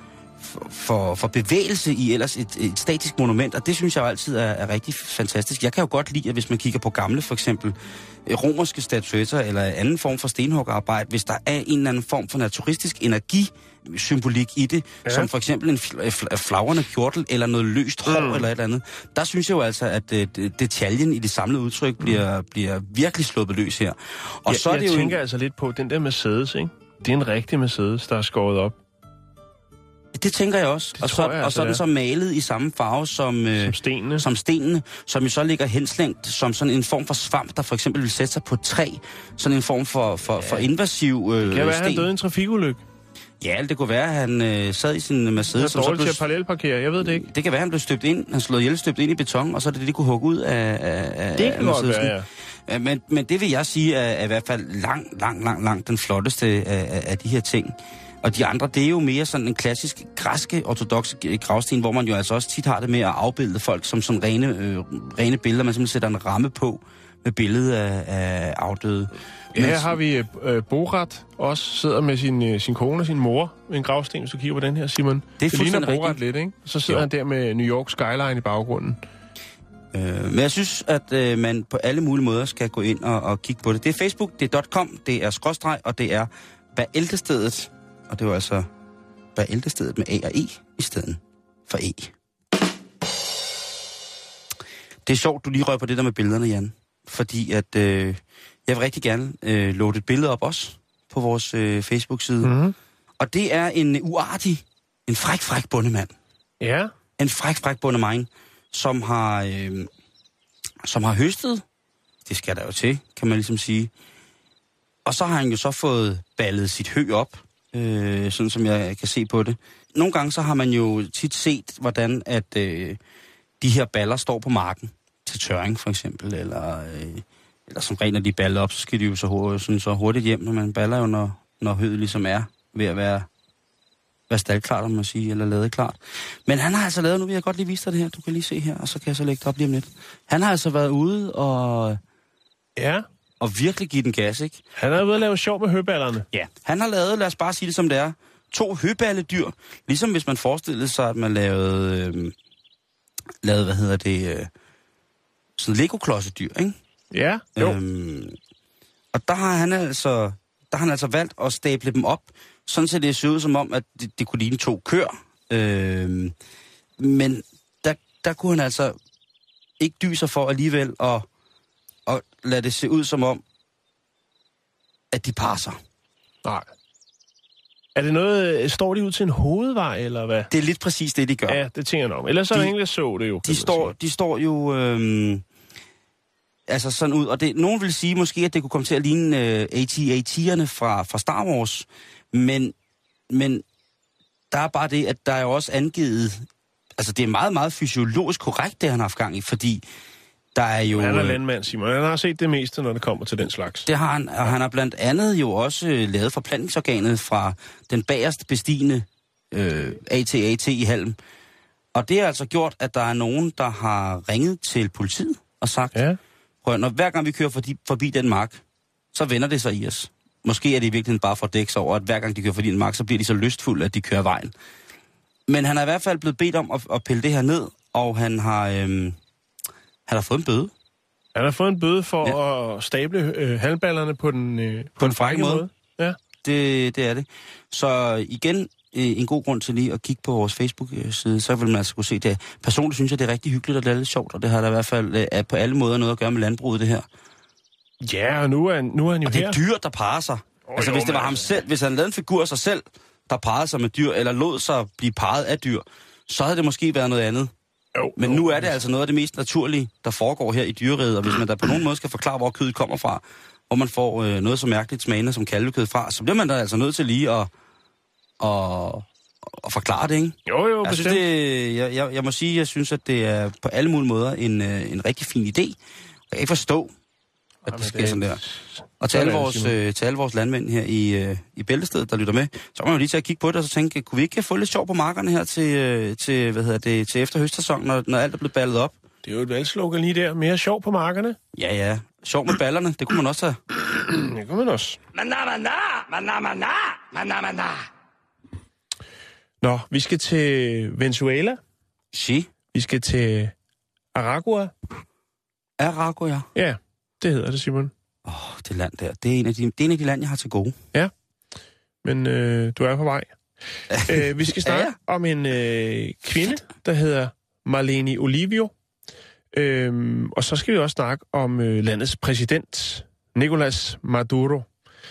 for bevægelse i ellers et statisk monument, og det synes jeg jo altid er rigtig fantastisk. Jeg kan jo godt lide, at hvis man kigger på gamle, for eksempel romerske statuetter eller anden form for stenhuggerarbejde, hvis der er en eller anden form for naturistisk energisymbolik i det, som for eksempel en flagrende kjortel eller noget løst hår eller et eller andet, der synes jeg jo altså, at detaljen i det samlede udtryk bliver virkelig sluppet løs her. Og så er det jeg jo tænker altså lidt på, den der Mercedes, ikke? Det er en rigtig Mercedes, der er skåret op. Det tænker jeg også. Og så er den så malet i samme farve som stenene, som jo så ligger henslængt som sådan en form for svamp, der for eksempel vil sætte sig på et træ. Sådan en form for invasiv det kan være, sten. Han døde i en trafikulykke. Ja, det kunne være, at han sad i sin Mercedes. Han er dårlig til at parallelparkere, jeg ved det ikke. Det kan være, han blev støbt ind. Han slået ihjel, støbt ind i beton, og så er det, de kunne hugge ud af det kan godt være, ja. Men det vil jeg sige er i hvert fald langt den flotteste af de her ting. Og de andre, det er jo mere sådan en klassisk græske ortodoxe gravsten, hvor man jo altså også tit har det med at afbilde folk som sådan rene billeder. Man simpelthen sætter en ramme på med billedet af afdøde. Ja, her har vi Borat også sidder med sin kone og sin mor ved en gravsten, hvis du kigger på den her, Simon. Det ligner Borat lidt, ikke? Så sidder han der med New York skyline i baggrunden. Men jeg synes, at man på alle mulige måder skal gå ind og kigge på det. Det er Facebook, det er .com, det er skråstreg, og det er Bæltestedet. Og det var altså Bæltestedet med A og E i stedet for E. Det er sjovt, du lige rører på det der med billederne, Jan. Fordi at jeg vil rigtig gerne loade et billede op også på vores Facebook-side. Mm-hmm. Og det er en uartig, en fræk bondemand. Ja. En fræk bondemand, som har høstet. Det skal der jo til, kan man ligesom sige. Og så har han jo så fået ballet sit hø op, sådan som jeg kan se på det. Nogle gange så har man jo tit set, hvordan at de her baller står på marken til tørring for eksempel, eller som regel, når de baller op, så skal de jo så hurtigt hjem, når man baller jo, når høet ligesom er ved at være staldklart, om man siger, eller lavet klart. Men han har altså lavet, nu vil jeg godt lige vise dig det her, du kan lige se her, og så kan jeg så lægge det op lige om lidt. Han har altså været ude og virkelig give den gas, ikke? Han er ude at lave sjov med høballerne. Ja, han har lavet, lad os bare sige det som det er, 2 høballedyr, ligesom hvis man forestillede sig, at man lavede sådan Lego-klodsedyr, ikke? Ja, jo. Og der har han altså valgt at stable dem op, sådan så det ser ud som om, at det kunne ligne 2 køer. Men der kunne han altså ikke dybe sig for alligevel at lade det se ud som om, at de passer. Nej. Er det noget, står de ud til en hovedvej, eller hvad? Det er lidt præcis det, de gør. Ja, det tænker jeg nok. Ellers så er det egentlig så det jo. De står jo altså sådan ud, og nogen vil sige måske, at det kunne komme til at ligne AT-AT'erne fra Star Wars, men der er bare det, at der er jo også angivet, altså det er meget, meget fysiologisk korrekt, det han har haft gang i, fordi der er jo... Han er landmand, Simon. Han har set det meste, når det kommer til den slags. Det har han, og han har blandt andet jo også lavet forplantningsorganet fra den bagerst bestigende AT-AT i halm. Og det har altså gjort, at der er nogen, der har ringet til politiet og sagt, prøv, når hver gang vi kører forbi den mark, så vender det sig i os. Måske er det i virkeligheden bare for at dække sig over, at hver gang de kører forbi en mark, så bliver de så lystfulde, at de kører vejen. Men han er i hvert fald blevet bedt om at pille det her ned, og han har fået en bøde. Han har fået en bøde for at stable halmballerne på en frække måde. Ja. Det er det. Så igen, en god grund til lige at kigge på vores Facebook-side, så vil man altså kunne se det. Personligt synes jeg, det er rigtig hyggeligt, og det er lidt sjovt, og det har der i hvert fald på alle måder noget at gøre med landbruget, det her. Ja, og nu er han jo her. Og det er dyr, der parer sig. Hvis det var ham selv, hvis han lavede en figur af sig selv, der parrede sig med dyr, eller lod sig blive parret af dyr, så havde det måske været noget andet. Men nu er det altså noget af det mest naturlige, der foregår her i dyreriget, og hvis man da på nogen måde skal forklare, hvor kødet kommer fra, hvor man får noget så mærkeligt smagende som kalvekød fra, så bliver man da altså nødt til lige at forklare det, ikke? Jo, jeg synes, jeg må sige, jeg synes, at det er på alle mulige måder en rigtig fin idé. Jeg kan ikke forstå, at det sker sådan der. Og til alle vores landmænd her i Bæltestedet, der lytter med, så må man jo lige tage at kigge på det, og så tænke, kunne vi ikke få lidt sjov på markerne her til efter høstsæson, når alt er blevet ballet op? Det er jo et valgslogan lige der. Mere sjov på markerne. Ja. Sjov med ballerne, det kunne man også have. Det kunne man også. Nå, vi skal til Venezuela. Si. Vi skal til Aragua. Aragua? Ja, det hedder det, Simon. Det land der. Det er en af de lande, jeg har til gode. Ja, men du er på vej. Vi skal snakke om en kvinde, der hedder Marlene Olivio. Og så skal vi også snakke om landets præsident, Nicolás Maduro.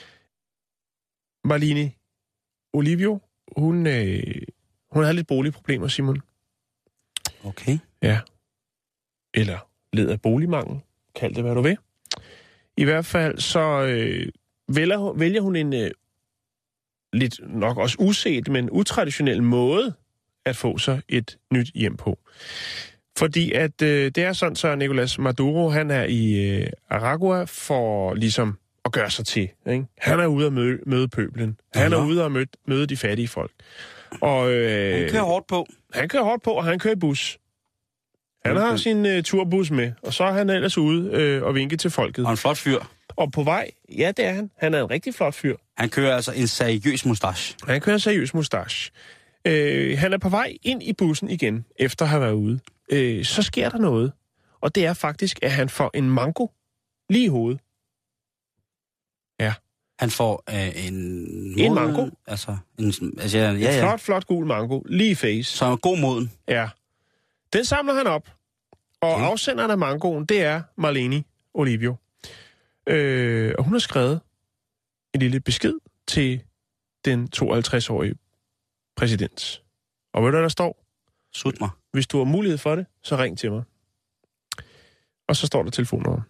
Marlene Olivio, hun havde lidt boligproblemer, Simon. Okay. Ja. Eller led af boligmangel. Kald det, hvad du vil. I hvert fald så vælger hun en lidt nok også uset, men utraditionel måde at få sig et nyt hjem på. Fordi at det er sådan, så Nicolás Maduro, han er i Aragua for ligesom at gøre sig til. Ikke? Han er ude at møde pøblen. Han er ude at møde de fattige folk. Og, han kører hårdt på. Han kører hårdt på, og han kører i bus. Han har sin turbus med, og så er han ellers ude og vinke til folket. Og en flot fyr. Og på vej, ja, det er han. Han er en rigtig flot fyr. Han kører altså en seriøs mustache. Han kører en seriøs mustache. Han er på vej ind i bussen igen, efter at have været ude. Så sker der noget. Og det er faktisk, at han får en mango lige i hovedet. Ja. Han får en mango. En flot gul mango, lige i face. Så god moden. Ja. Den samler han op. Og afsenderen af mangoen, det er Marlene Olivio. Og hun har skrevet en lille besked til den 52-årige præsident. Og ved du, der står? Sut mig. Hvis du har mulighed for det, så ring til mig. Og så står der telefonnummer.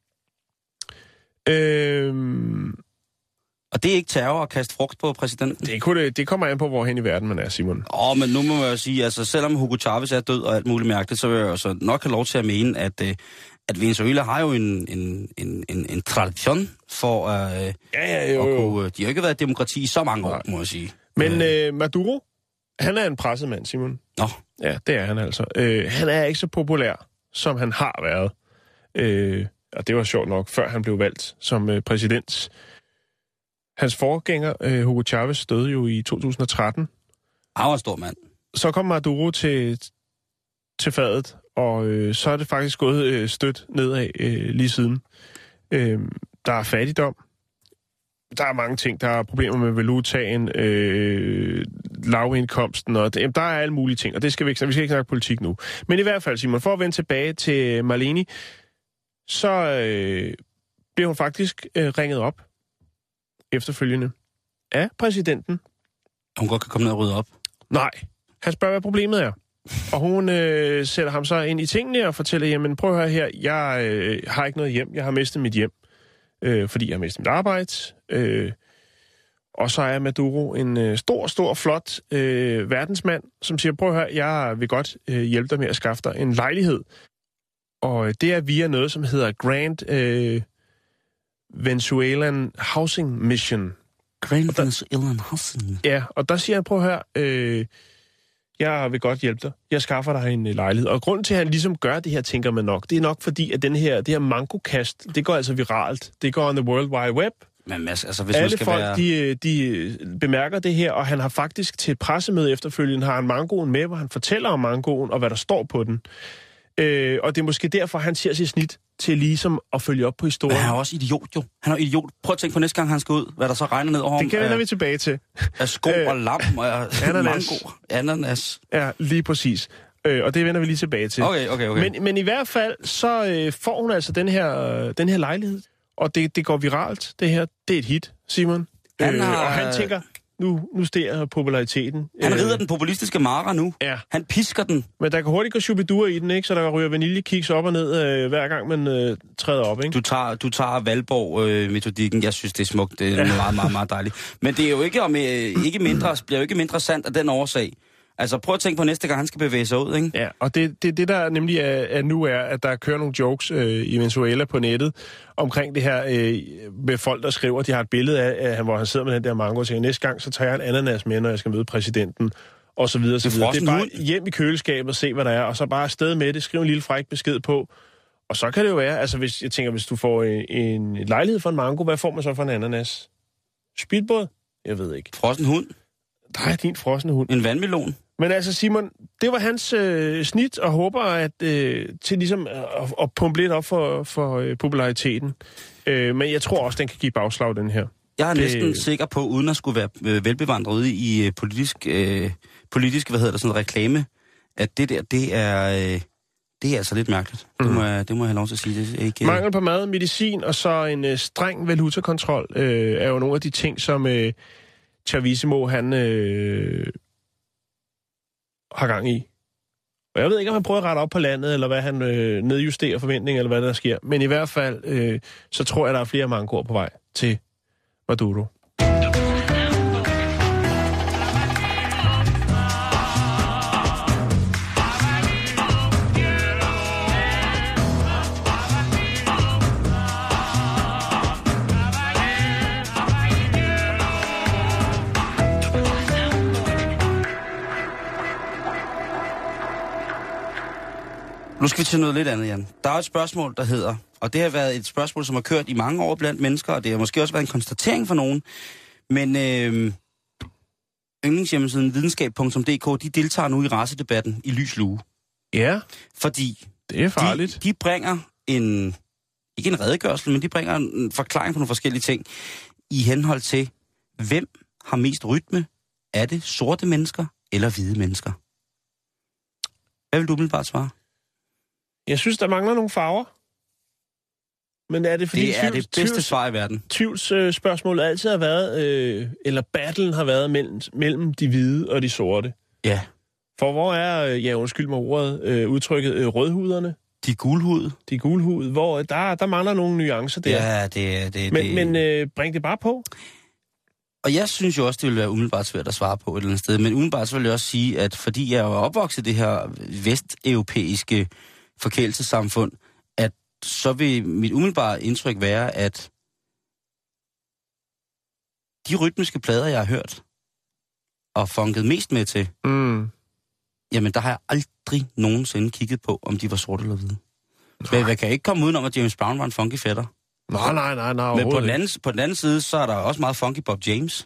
Og det er ikke terror at kaste frugt på præsidenten? Det kommer an på, hvorhen i verden man er, Simon. Men nu må jeg sige, altså selvom Hugo Chavez er død og alt muligt mærkeligt, så vil jeg altså nok have lov til at mene, at Venezuela har jo en tradition for at kunne... De har ikke været et demokrati i så mange år, må jeg sige. Men Maduro, han er en presset mand, Simon. Nå. Ja, det er han altså. Han er ikke så populær, som han har været. Og det var sjovt nok, før han blev valgt som præsident. Hans forgænger, Hugo Chavez, døde jo i 2013. Han var en stor mand. Så kom Maduro til fadet, og så er det faktisk gået stødt nedad lige siden. Der er fattigdom. Der er mange ting. Der er problemer med valutaen, lavindkomsten, og der er alle mulige ting, og det skal vi skal ikke snakke politik nu. Men i hvert fald, Simon, for at vende tilbage til Marlene, så blev hun faktisk ringet op efterfølgende af præsidenten. Hun godt kan komme ned og rydde op? Nej. Han spørger, hvad problemet er. Og hun sætter ham så ind i tingene og fortæller, jamen prøv at høre her, jeg har ikke noget hjem. Jeg har mistet mit hjem, fordi jeg har mistet mit arbejde. Og så er Maduro en stor, flot verdensmand, som siger, prøv at høre, jeg vil godt hjælpe dig med at skaffe dig en lejlighed. Og det er via noget, som hedder Grand Venezuelan Housing Mission. Grand Venezuelan Housing? Ja, og der siger han, prøv at høre, jeg vil godt hjælpe dig. Jeg skaffer dig en lejlighed. Og grunden til, at han ligesom gør det her, tænker man nok, det er nok fordi, at det her mangokast, det går altså viralt. Det går on the World Wide Web. Men altså, hvis alle man skal folk, være... de bemærker det her, og han har faktisk til et pressemøde efterfølgende, har han mangoen med, hvor han fortæller om mangoen, og hvad der står på den. Og det er måske derfor, han ser sit snit til ligesom at følge op på historien. Men han er også idiot, jo. Han er idiot. Prøv at tænke på næste gang, han skal ud, hvad der så regner ned over ham. Det kan vi tilbage til. Af sko og lam og mango. Ananas. Ja, lige præcis. Og det vender vi lige tilbage til. Okay. Men i hvert fald, så får hun altså den her lejlighed. Og det går viralt, det her. Det er et hit, Simon. Og han tænker, nu stiger populariteten. Han rider den populistiske mara nu. Ja. Han pisker den. Men der kan hurtigt gå chubidur i den, ikke? Så der ryger vaniljekiks op og ned, hver gang man træder op, ikke? Du tager Valborg-metodikken. Jeg synes, det er smukt. Det er meget, meget, meget dejligt. Men det er jo ikke bliver jo ikke mindre sandt af den årsag. Altså, prøv at tænke på næste gang, han skal bevæge sig ud, ikke? Ja, og det der nemlig er nu er, at der kører nogle jokes i Venezuela på nettet omkring det her med folk, der skriver, de har et billede af, hvor han sidder med den der mango og siger, næste gang, så tager jeg en ananas med, når jeg skal møde præsidenten, og så videre, så videre. Det er bare hjem i køleskabet og se, hvad der er, og så bare afsted med det, skriv en lille fræk besked på, og så kan det jo være, altså hvis du får en lejlighed for en mango, hvad får man så for en ananas? Speedbåd? Jeg ved ikke. Frossen hund? Der er din frosne hund. En vandmelon. Men altså, Simon, det var hans snit, og håber at til ligesom at pumpe lidt op for populariteten. Men jeg tror også, den kan give bagslag, den her. Jeg er næsten sikker på, uden at skulle være velbevandret ude i politisk sådan reklame, at det der, det er altså lidt mærkeligt. Det må jeg have lov til at sige. Det er ikke... Mangel på mad, medicin og så en streng valutakontrol er jo nogle af de ting, som Chavissimo, han har gang i. Og jeg ved ikke, om han prøver at rette op på landet, eller hvad han nedjusterer forventninger, eller hvad der sker. Men i hvert fald, så tror jeg, der er flere mankoer på vej til Maduro. Nu skal vi til noget lidt andet, Jan. Der er et spørgsmål, der hedder, og det har været et spørgsmål, som har kørt i mange år blandt mennesker, og det har måske også været en konstatering for nogen, men yndlingshjemmesiden videnskab.dk, de deltager nu i racedebatten i lys lue. Ja, fordi det er farligt. De bringer ikke en redegørelse, men de bringer en forklaring på nogle forskellige ting i henhold til, hvem har mest rytme? Er det sorte mennesker eller hvide mennesker? Hvad vil du umiddelbart svare? Jeg synes, der mangler nogle farver. Men er det fordi... Det er det bedste svar i verden. Tvivlsspørgsmålet altid har været, eller battlen har været mellem de hvide og de sorte. Ja. For hvor er, undskyld mig ordet, udtrykket rødhuderne? De gulhud. De gulhud, hvor der mangler nogle nuancer der. Ja, det... Men bring det bare på. Og jeg synes jo også, det ville være umiddelbart svært at svare på et eller andet sted. Men umiddelbart så vil jeg også sige, at fordi jeg er opvokset i det her vesteuropæiske forkælelsessamfund, at så vil mit umiddelbare indtryk være, at de rytmiske plader, jeg har hørt og funket mest med til, jamen der har jeg aldrig nogensinde kigget på, om de var sorte eller hvide. Men jeg kan ikke komme udenom, at James Brown var en funky fætter. Nej. Men på den anden side, så er der også meget funky Bob James.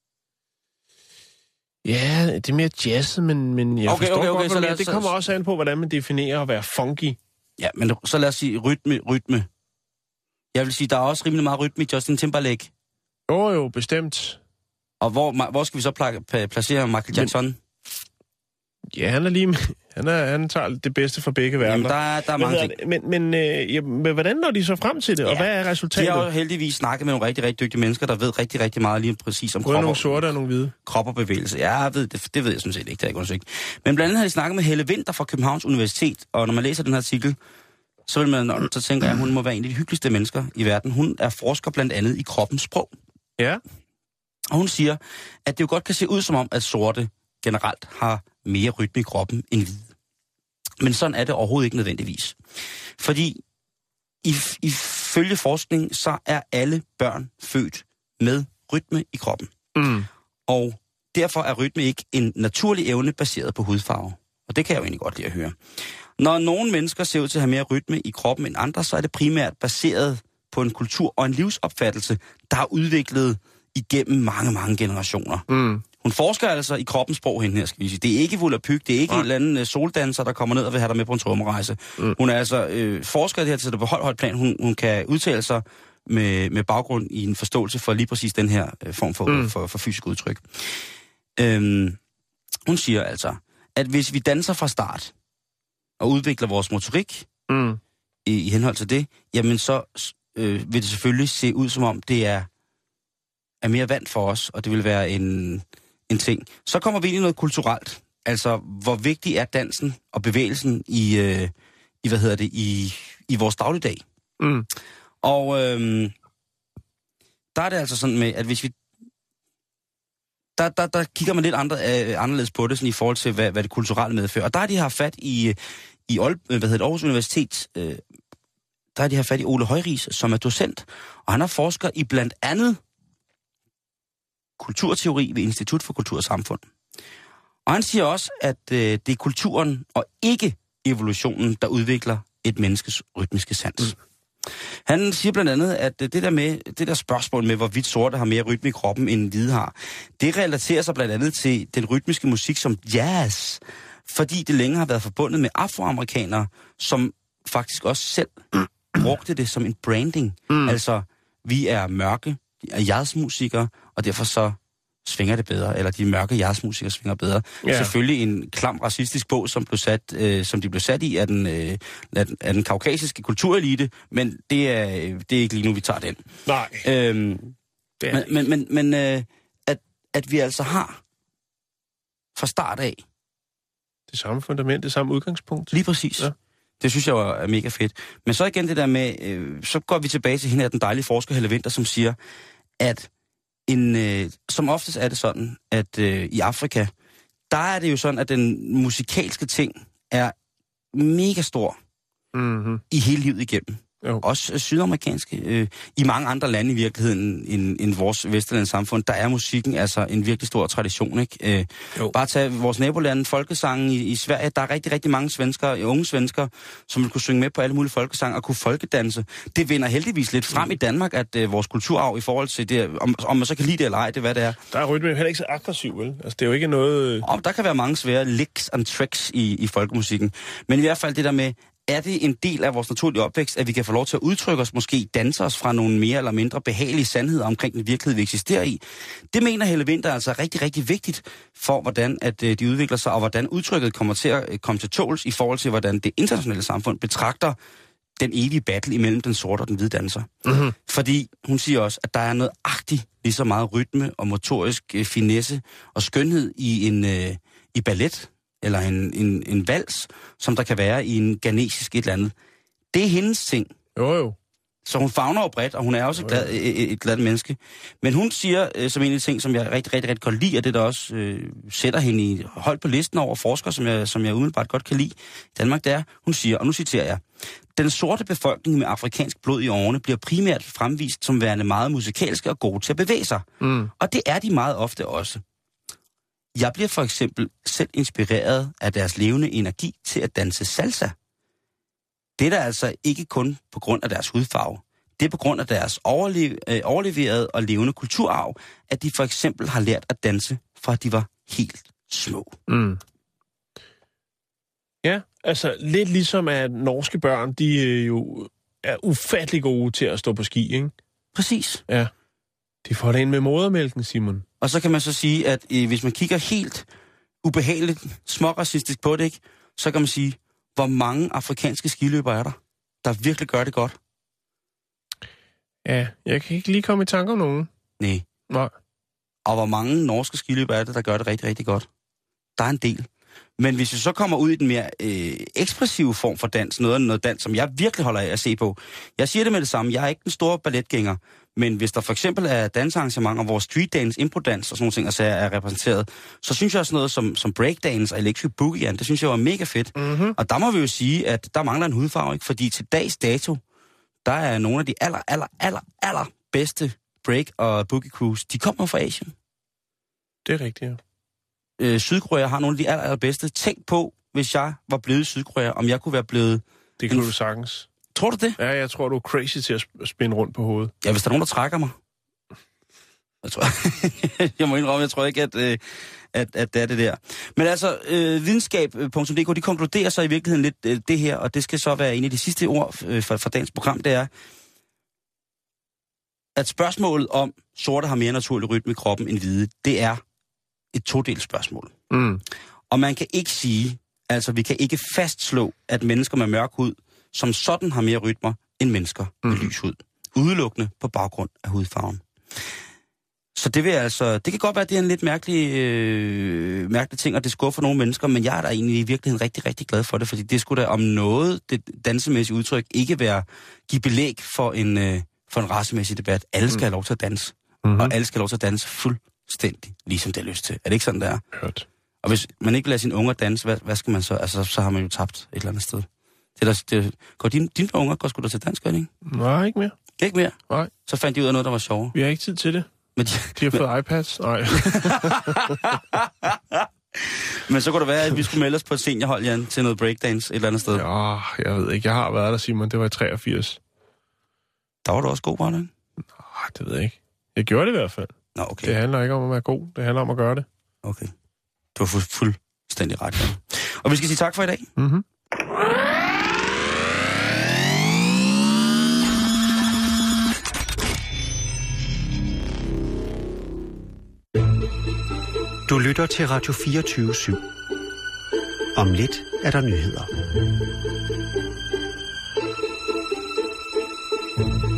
Ja, det er mere jazzet, men jeg forstår godt, så det kommer også an på, hvordan man definerer at være funky. Ja, men så lad os sige rytme. Jeg vil sige, der er også rimelig meget rytme i Justin Timberlake. Jo, bestemt. Og hvor skal vi så placere Michael Jackson? Ja, han tager det bedste fra begge verdener. Jamen, der er mange ting. Men hvordan når de så frem til det, og hvad er resultatet? De har jo heldigvis snakket med nogle rigtig, rigtig dygtige mennesker, der ved rigtig, rigtig meget lige præcis om både nogle sorte og nogle hvide. Krop og bevægelse. Ja, det ved jeg sådan set ikke, det er ikke undersøgt. Men blandt andet har de snakket med Helle Winther fra Københavns Universitet, og når man læser den her artikel, så tænker jeg, at hun må være en af de hyggeligste mennesker i verden. Hun er forsker blandt andet i kroppens sprog. Ja. Og hun siger, at det jo godt kan se ud som om, at sorte generelt har mere rytme i kroppen end hvide. Men sådan er det overhovedet ikke nødvendigvis. Fordi ifølge forskning, så er alle børn født med rytme i kroppen. Og derfor er rytme ikke en naturlig evne baseret på hudfarve. Og det kan jeg jo egentlig godt lide at høre. Når nogle mennesker ser ud til at have mere rytme i kroppen end andre, så er det primært baseret på en kultur og en livsopfattelse, der er udviklet igennem mange, mange generationer. Hun forsker altså i kroppens sprog hende her, skal vi sige. Det er ikke Volapyk, det er ikke en eller anden soldanser, der kommer ned og vil have dig med på en trommerejse. Hun er altså forsker i det her til det på højt plan. Hun kan udtale sig med baggrund i en forståelse for lige præcis den her form for fysisk udtryk. Hun siger altså, at hvis vi danser fra start og udvikler vores motorik i henhold til det, jamen så vil det selvfølgelig se ud som om det er mere vant for os, og det vil være en ting. Så kommer vi ind i noget kulturelt. Altså, hvor vigtig er dansen og bevægelsen i vores dagligdag. Og der er det altså sådan med, at hvis vi der kigger man lidt anderledes på det, sådan i forhold til, hvad det kulturelle medfører. Og der har de haft fat i Aarhus Universitet, der har de haft fat i Ole Højris, som er docent, og han har forsker i blandt andet kulturteori ved Institut for Kultur og Samfund. Og han siger også, at det er kulturen og ikke evolutionen, der udvikler et menneskes rytmiske sans. Han siger blandt andet, at det der spørgsmål med, hvorvidt sorte har mere rytme i kroppen, end hvide har, det relaterer sig blandt andet til den rytmiske musik som jazz, fordi det længe har været forbundet med afroamerikanere, som faktisk også selv brugte det som en branding. Altså, vi er mørke, er jazzmusikere, og derfor så svinger det bedre, eller de mørke jazzmusikere svinger bedre. Ja. Selvfølgelig en klam racistisk bog, som de blev sat i af den kaukasiske kulturelite, men det er ikke lige nu, vi tager den. Nej. Men at vi altså har fra start af det samme fundament, det samme udgangspunkt. Lige præcis. Ja. Det synes jeg er mega fedt. Men så igen det der med, så går vi tilbage til hende af den dejlige forsker Helle Winther, som siger, at som oftest er det sådan, at i Afrika, der er det jo sådan, at den musikalske ting er mega stor i hele livet igennem. Jo. Også sydamerikanske. I mange andre lande i virkeligheden end vores vesterlandske samfund, der er musikken altså en virkelig stor tradition, ikke? Bare tage vores nabolande, folkesangen i Sverige. Der er rigtig, rigtig mange svenskere, unge svenskere, som vil kunne synge med på alle mulige folkesange og kunne folkedanse. Det vinder heldigvis lidt frem i Danmark, at vores kulturarv i forhold til det, om man så kan lide det eller ej, det er hvad det er. Der er rytme heller ikke så aggressiv, vel? Altså, det er jo ikke noget... Der kan være mange svære licks and tricks i folkemusikken. Men i hvert fald det der med, er det en del af vores naturlige opvækst, at vi kan få lov til at udtrykke os, måske danse os fra nogle mere eller mindre behagelige sandheder omkring den virkelighed, vi eksisterer i. Det mener Helle Winther altså er rigtig, rigtig vigtigt for, hvordan at de udvikler sig, og hvordan udtrykket kommer til at komme til tåls i forhold til, hvordan det internationale samfund betragter den evige battle imellem den sorte og den hvide danser. Mm-hmm. Fordi hun siger også, at der er noget agtigt, lige så meget rytme og motorisk finesse og skønhed i ballet, eller en vals, som der kan være i en ghanesisk et eller andet. Det er hendes ting. Jo. Så hun favner jo bredt, og hun er også et glad menneske. Men hun siger, som en af de ting, som jeg rigtig, rigtig, rigtig godt lide, og det der også sætter hende i højt på listen over forskere, som jeg umiddelbart godt kan lide i Danmark, det er, hun siger, og nu citerer jeg, den sorte befolkning med afrikansk blod i årene bliver primært fremvist som værende meget musikalske og gode til at bevæge sig. Mm. Og det er de meget ofte også. Jeg bliver for eksempel selv inspireret af deres levende energi til at danse salsa. Det er der altså ikke kun på grund af deres hudfarve. Det er på grund af deres overleverede og levende kulturarv, at de for eksempel har lært at danse, fra de var helt små. Mm. Ja, altså lidt ligesom at norske børn, de jo er ufattelig gode til at stå på ski, ikke? Præcis. Ja. De får det ind med modermælken, Simon. Og så kan man så sige, at hvis man kigger helt ubehageligt, småracistisk på det, ikke, så kan man sige, hvor mange afrikanske skiløbere er der virkelig gør det godt? Ja, jeg kan ikke lige komme i tanke om nogen. Nej. Og hvor mange norske skiløbere er der gør det rigtig, rigtig godt? Der er en del. Men hvis vi så kommer ud i den mere ekspressive form for dans, noget dans, som jeg virkelig holder af at se på. Jeg siger det med det samme, jeg er ikke den store balletgænger, men hvis der for eksempel er dansearrangementer, hvor streetdance, improdans og sådan nogle ting altså er repræsenteret, så synes jeg også noget som breakdance og electric boogie, det synes jeg var mega fedt. Mm-hmm. Og der må vi jo sige, at der mangler en hudfarve, ikke? Fordi til dags dato, der er nogle af de aller bedste break- og boogie crews, de kommer fra Asien. Det er rigtigt, ja. Sydkorea har nogle af de allerbedste. Tænk på, hvis jeg var blevet i Sydkorea, om jeg kunne være blevet... Det kunne du sagtens. Tror du det? Ja, jeg tror, du er crazy til at spænde rundt på hovedet. Ja, hvis der er nogen, der trækker mig. Jeg må indrømme, jeg tror ikke, at det er det der. Men altså, videnskab.dk, de konkluderer så i virkeligheden lidt det her, og det skal så være en af de sidste ord for dagens program, det er, at spørgsmålet om sorte har mere naturlig rytme i kroppen end hvide, det er et todelt spørgsmål. Mm. Og man kan ikke sige, altså vi kan ikke fastslå, at mennesker med mørk hud som sådan har mere rytmer end mennesker med lys hud. Udelukkende på baggrund af hudfarven. Så det vil altså, det kan godt være, at det er en lidt mærkelig ting, og det skuffer nogle mennesker, men jeg er da egentlig i virkeligheden rigtig, rigtig glad for det, fordi det skulle da om noget, det dansemæssige udtryk, ikke give belæg for en racemæssig debat. Alle skal have lov til at danse, og alle skal have lov til at danse fuldstændig, ligesom det er lyst til. Er det ikke sådan, det er? Hørt. Og hvis man ikke lader sine unger danse, hvad skal man så? Altså, så har man jo tabt et eller andet sted. Går dine unger går sgu da til dans, gør det ikke? Nej, ikke mere. Ikke mere? Nej. Så fandt de ud af noget, der var sjovere. Vi har ikke tid til det. Men de har fået iPads? Nej. Men så kunne det være, at vi skulle melde os på et seniorhold, Jan, til noget breakdance et eller andet sted. Ja, jeg ved ikke. Jeg har været der, Simon. Det var i 83. Der var du også god, var det ikke? Det ved jeg ikke. Jeg gjorde det i hvert fald. Nå, okay. Det handler ikke om at være god. Det handler om at gøre det. Okay. Du har fuldstændig ret. Ja. Og vi skal sige tak for i dag. Mhm. Du lytter til Radio 24/7. Om lidt er der nyheder.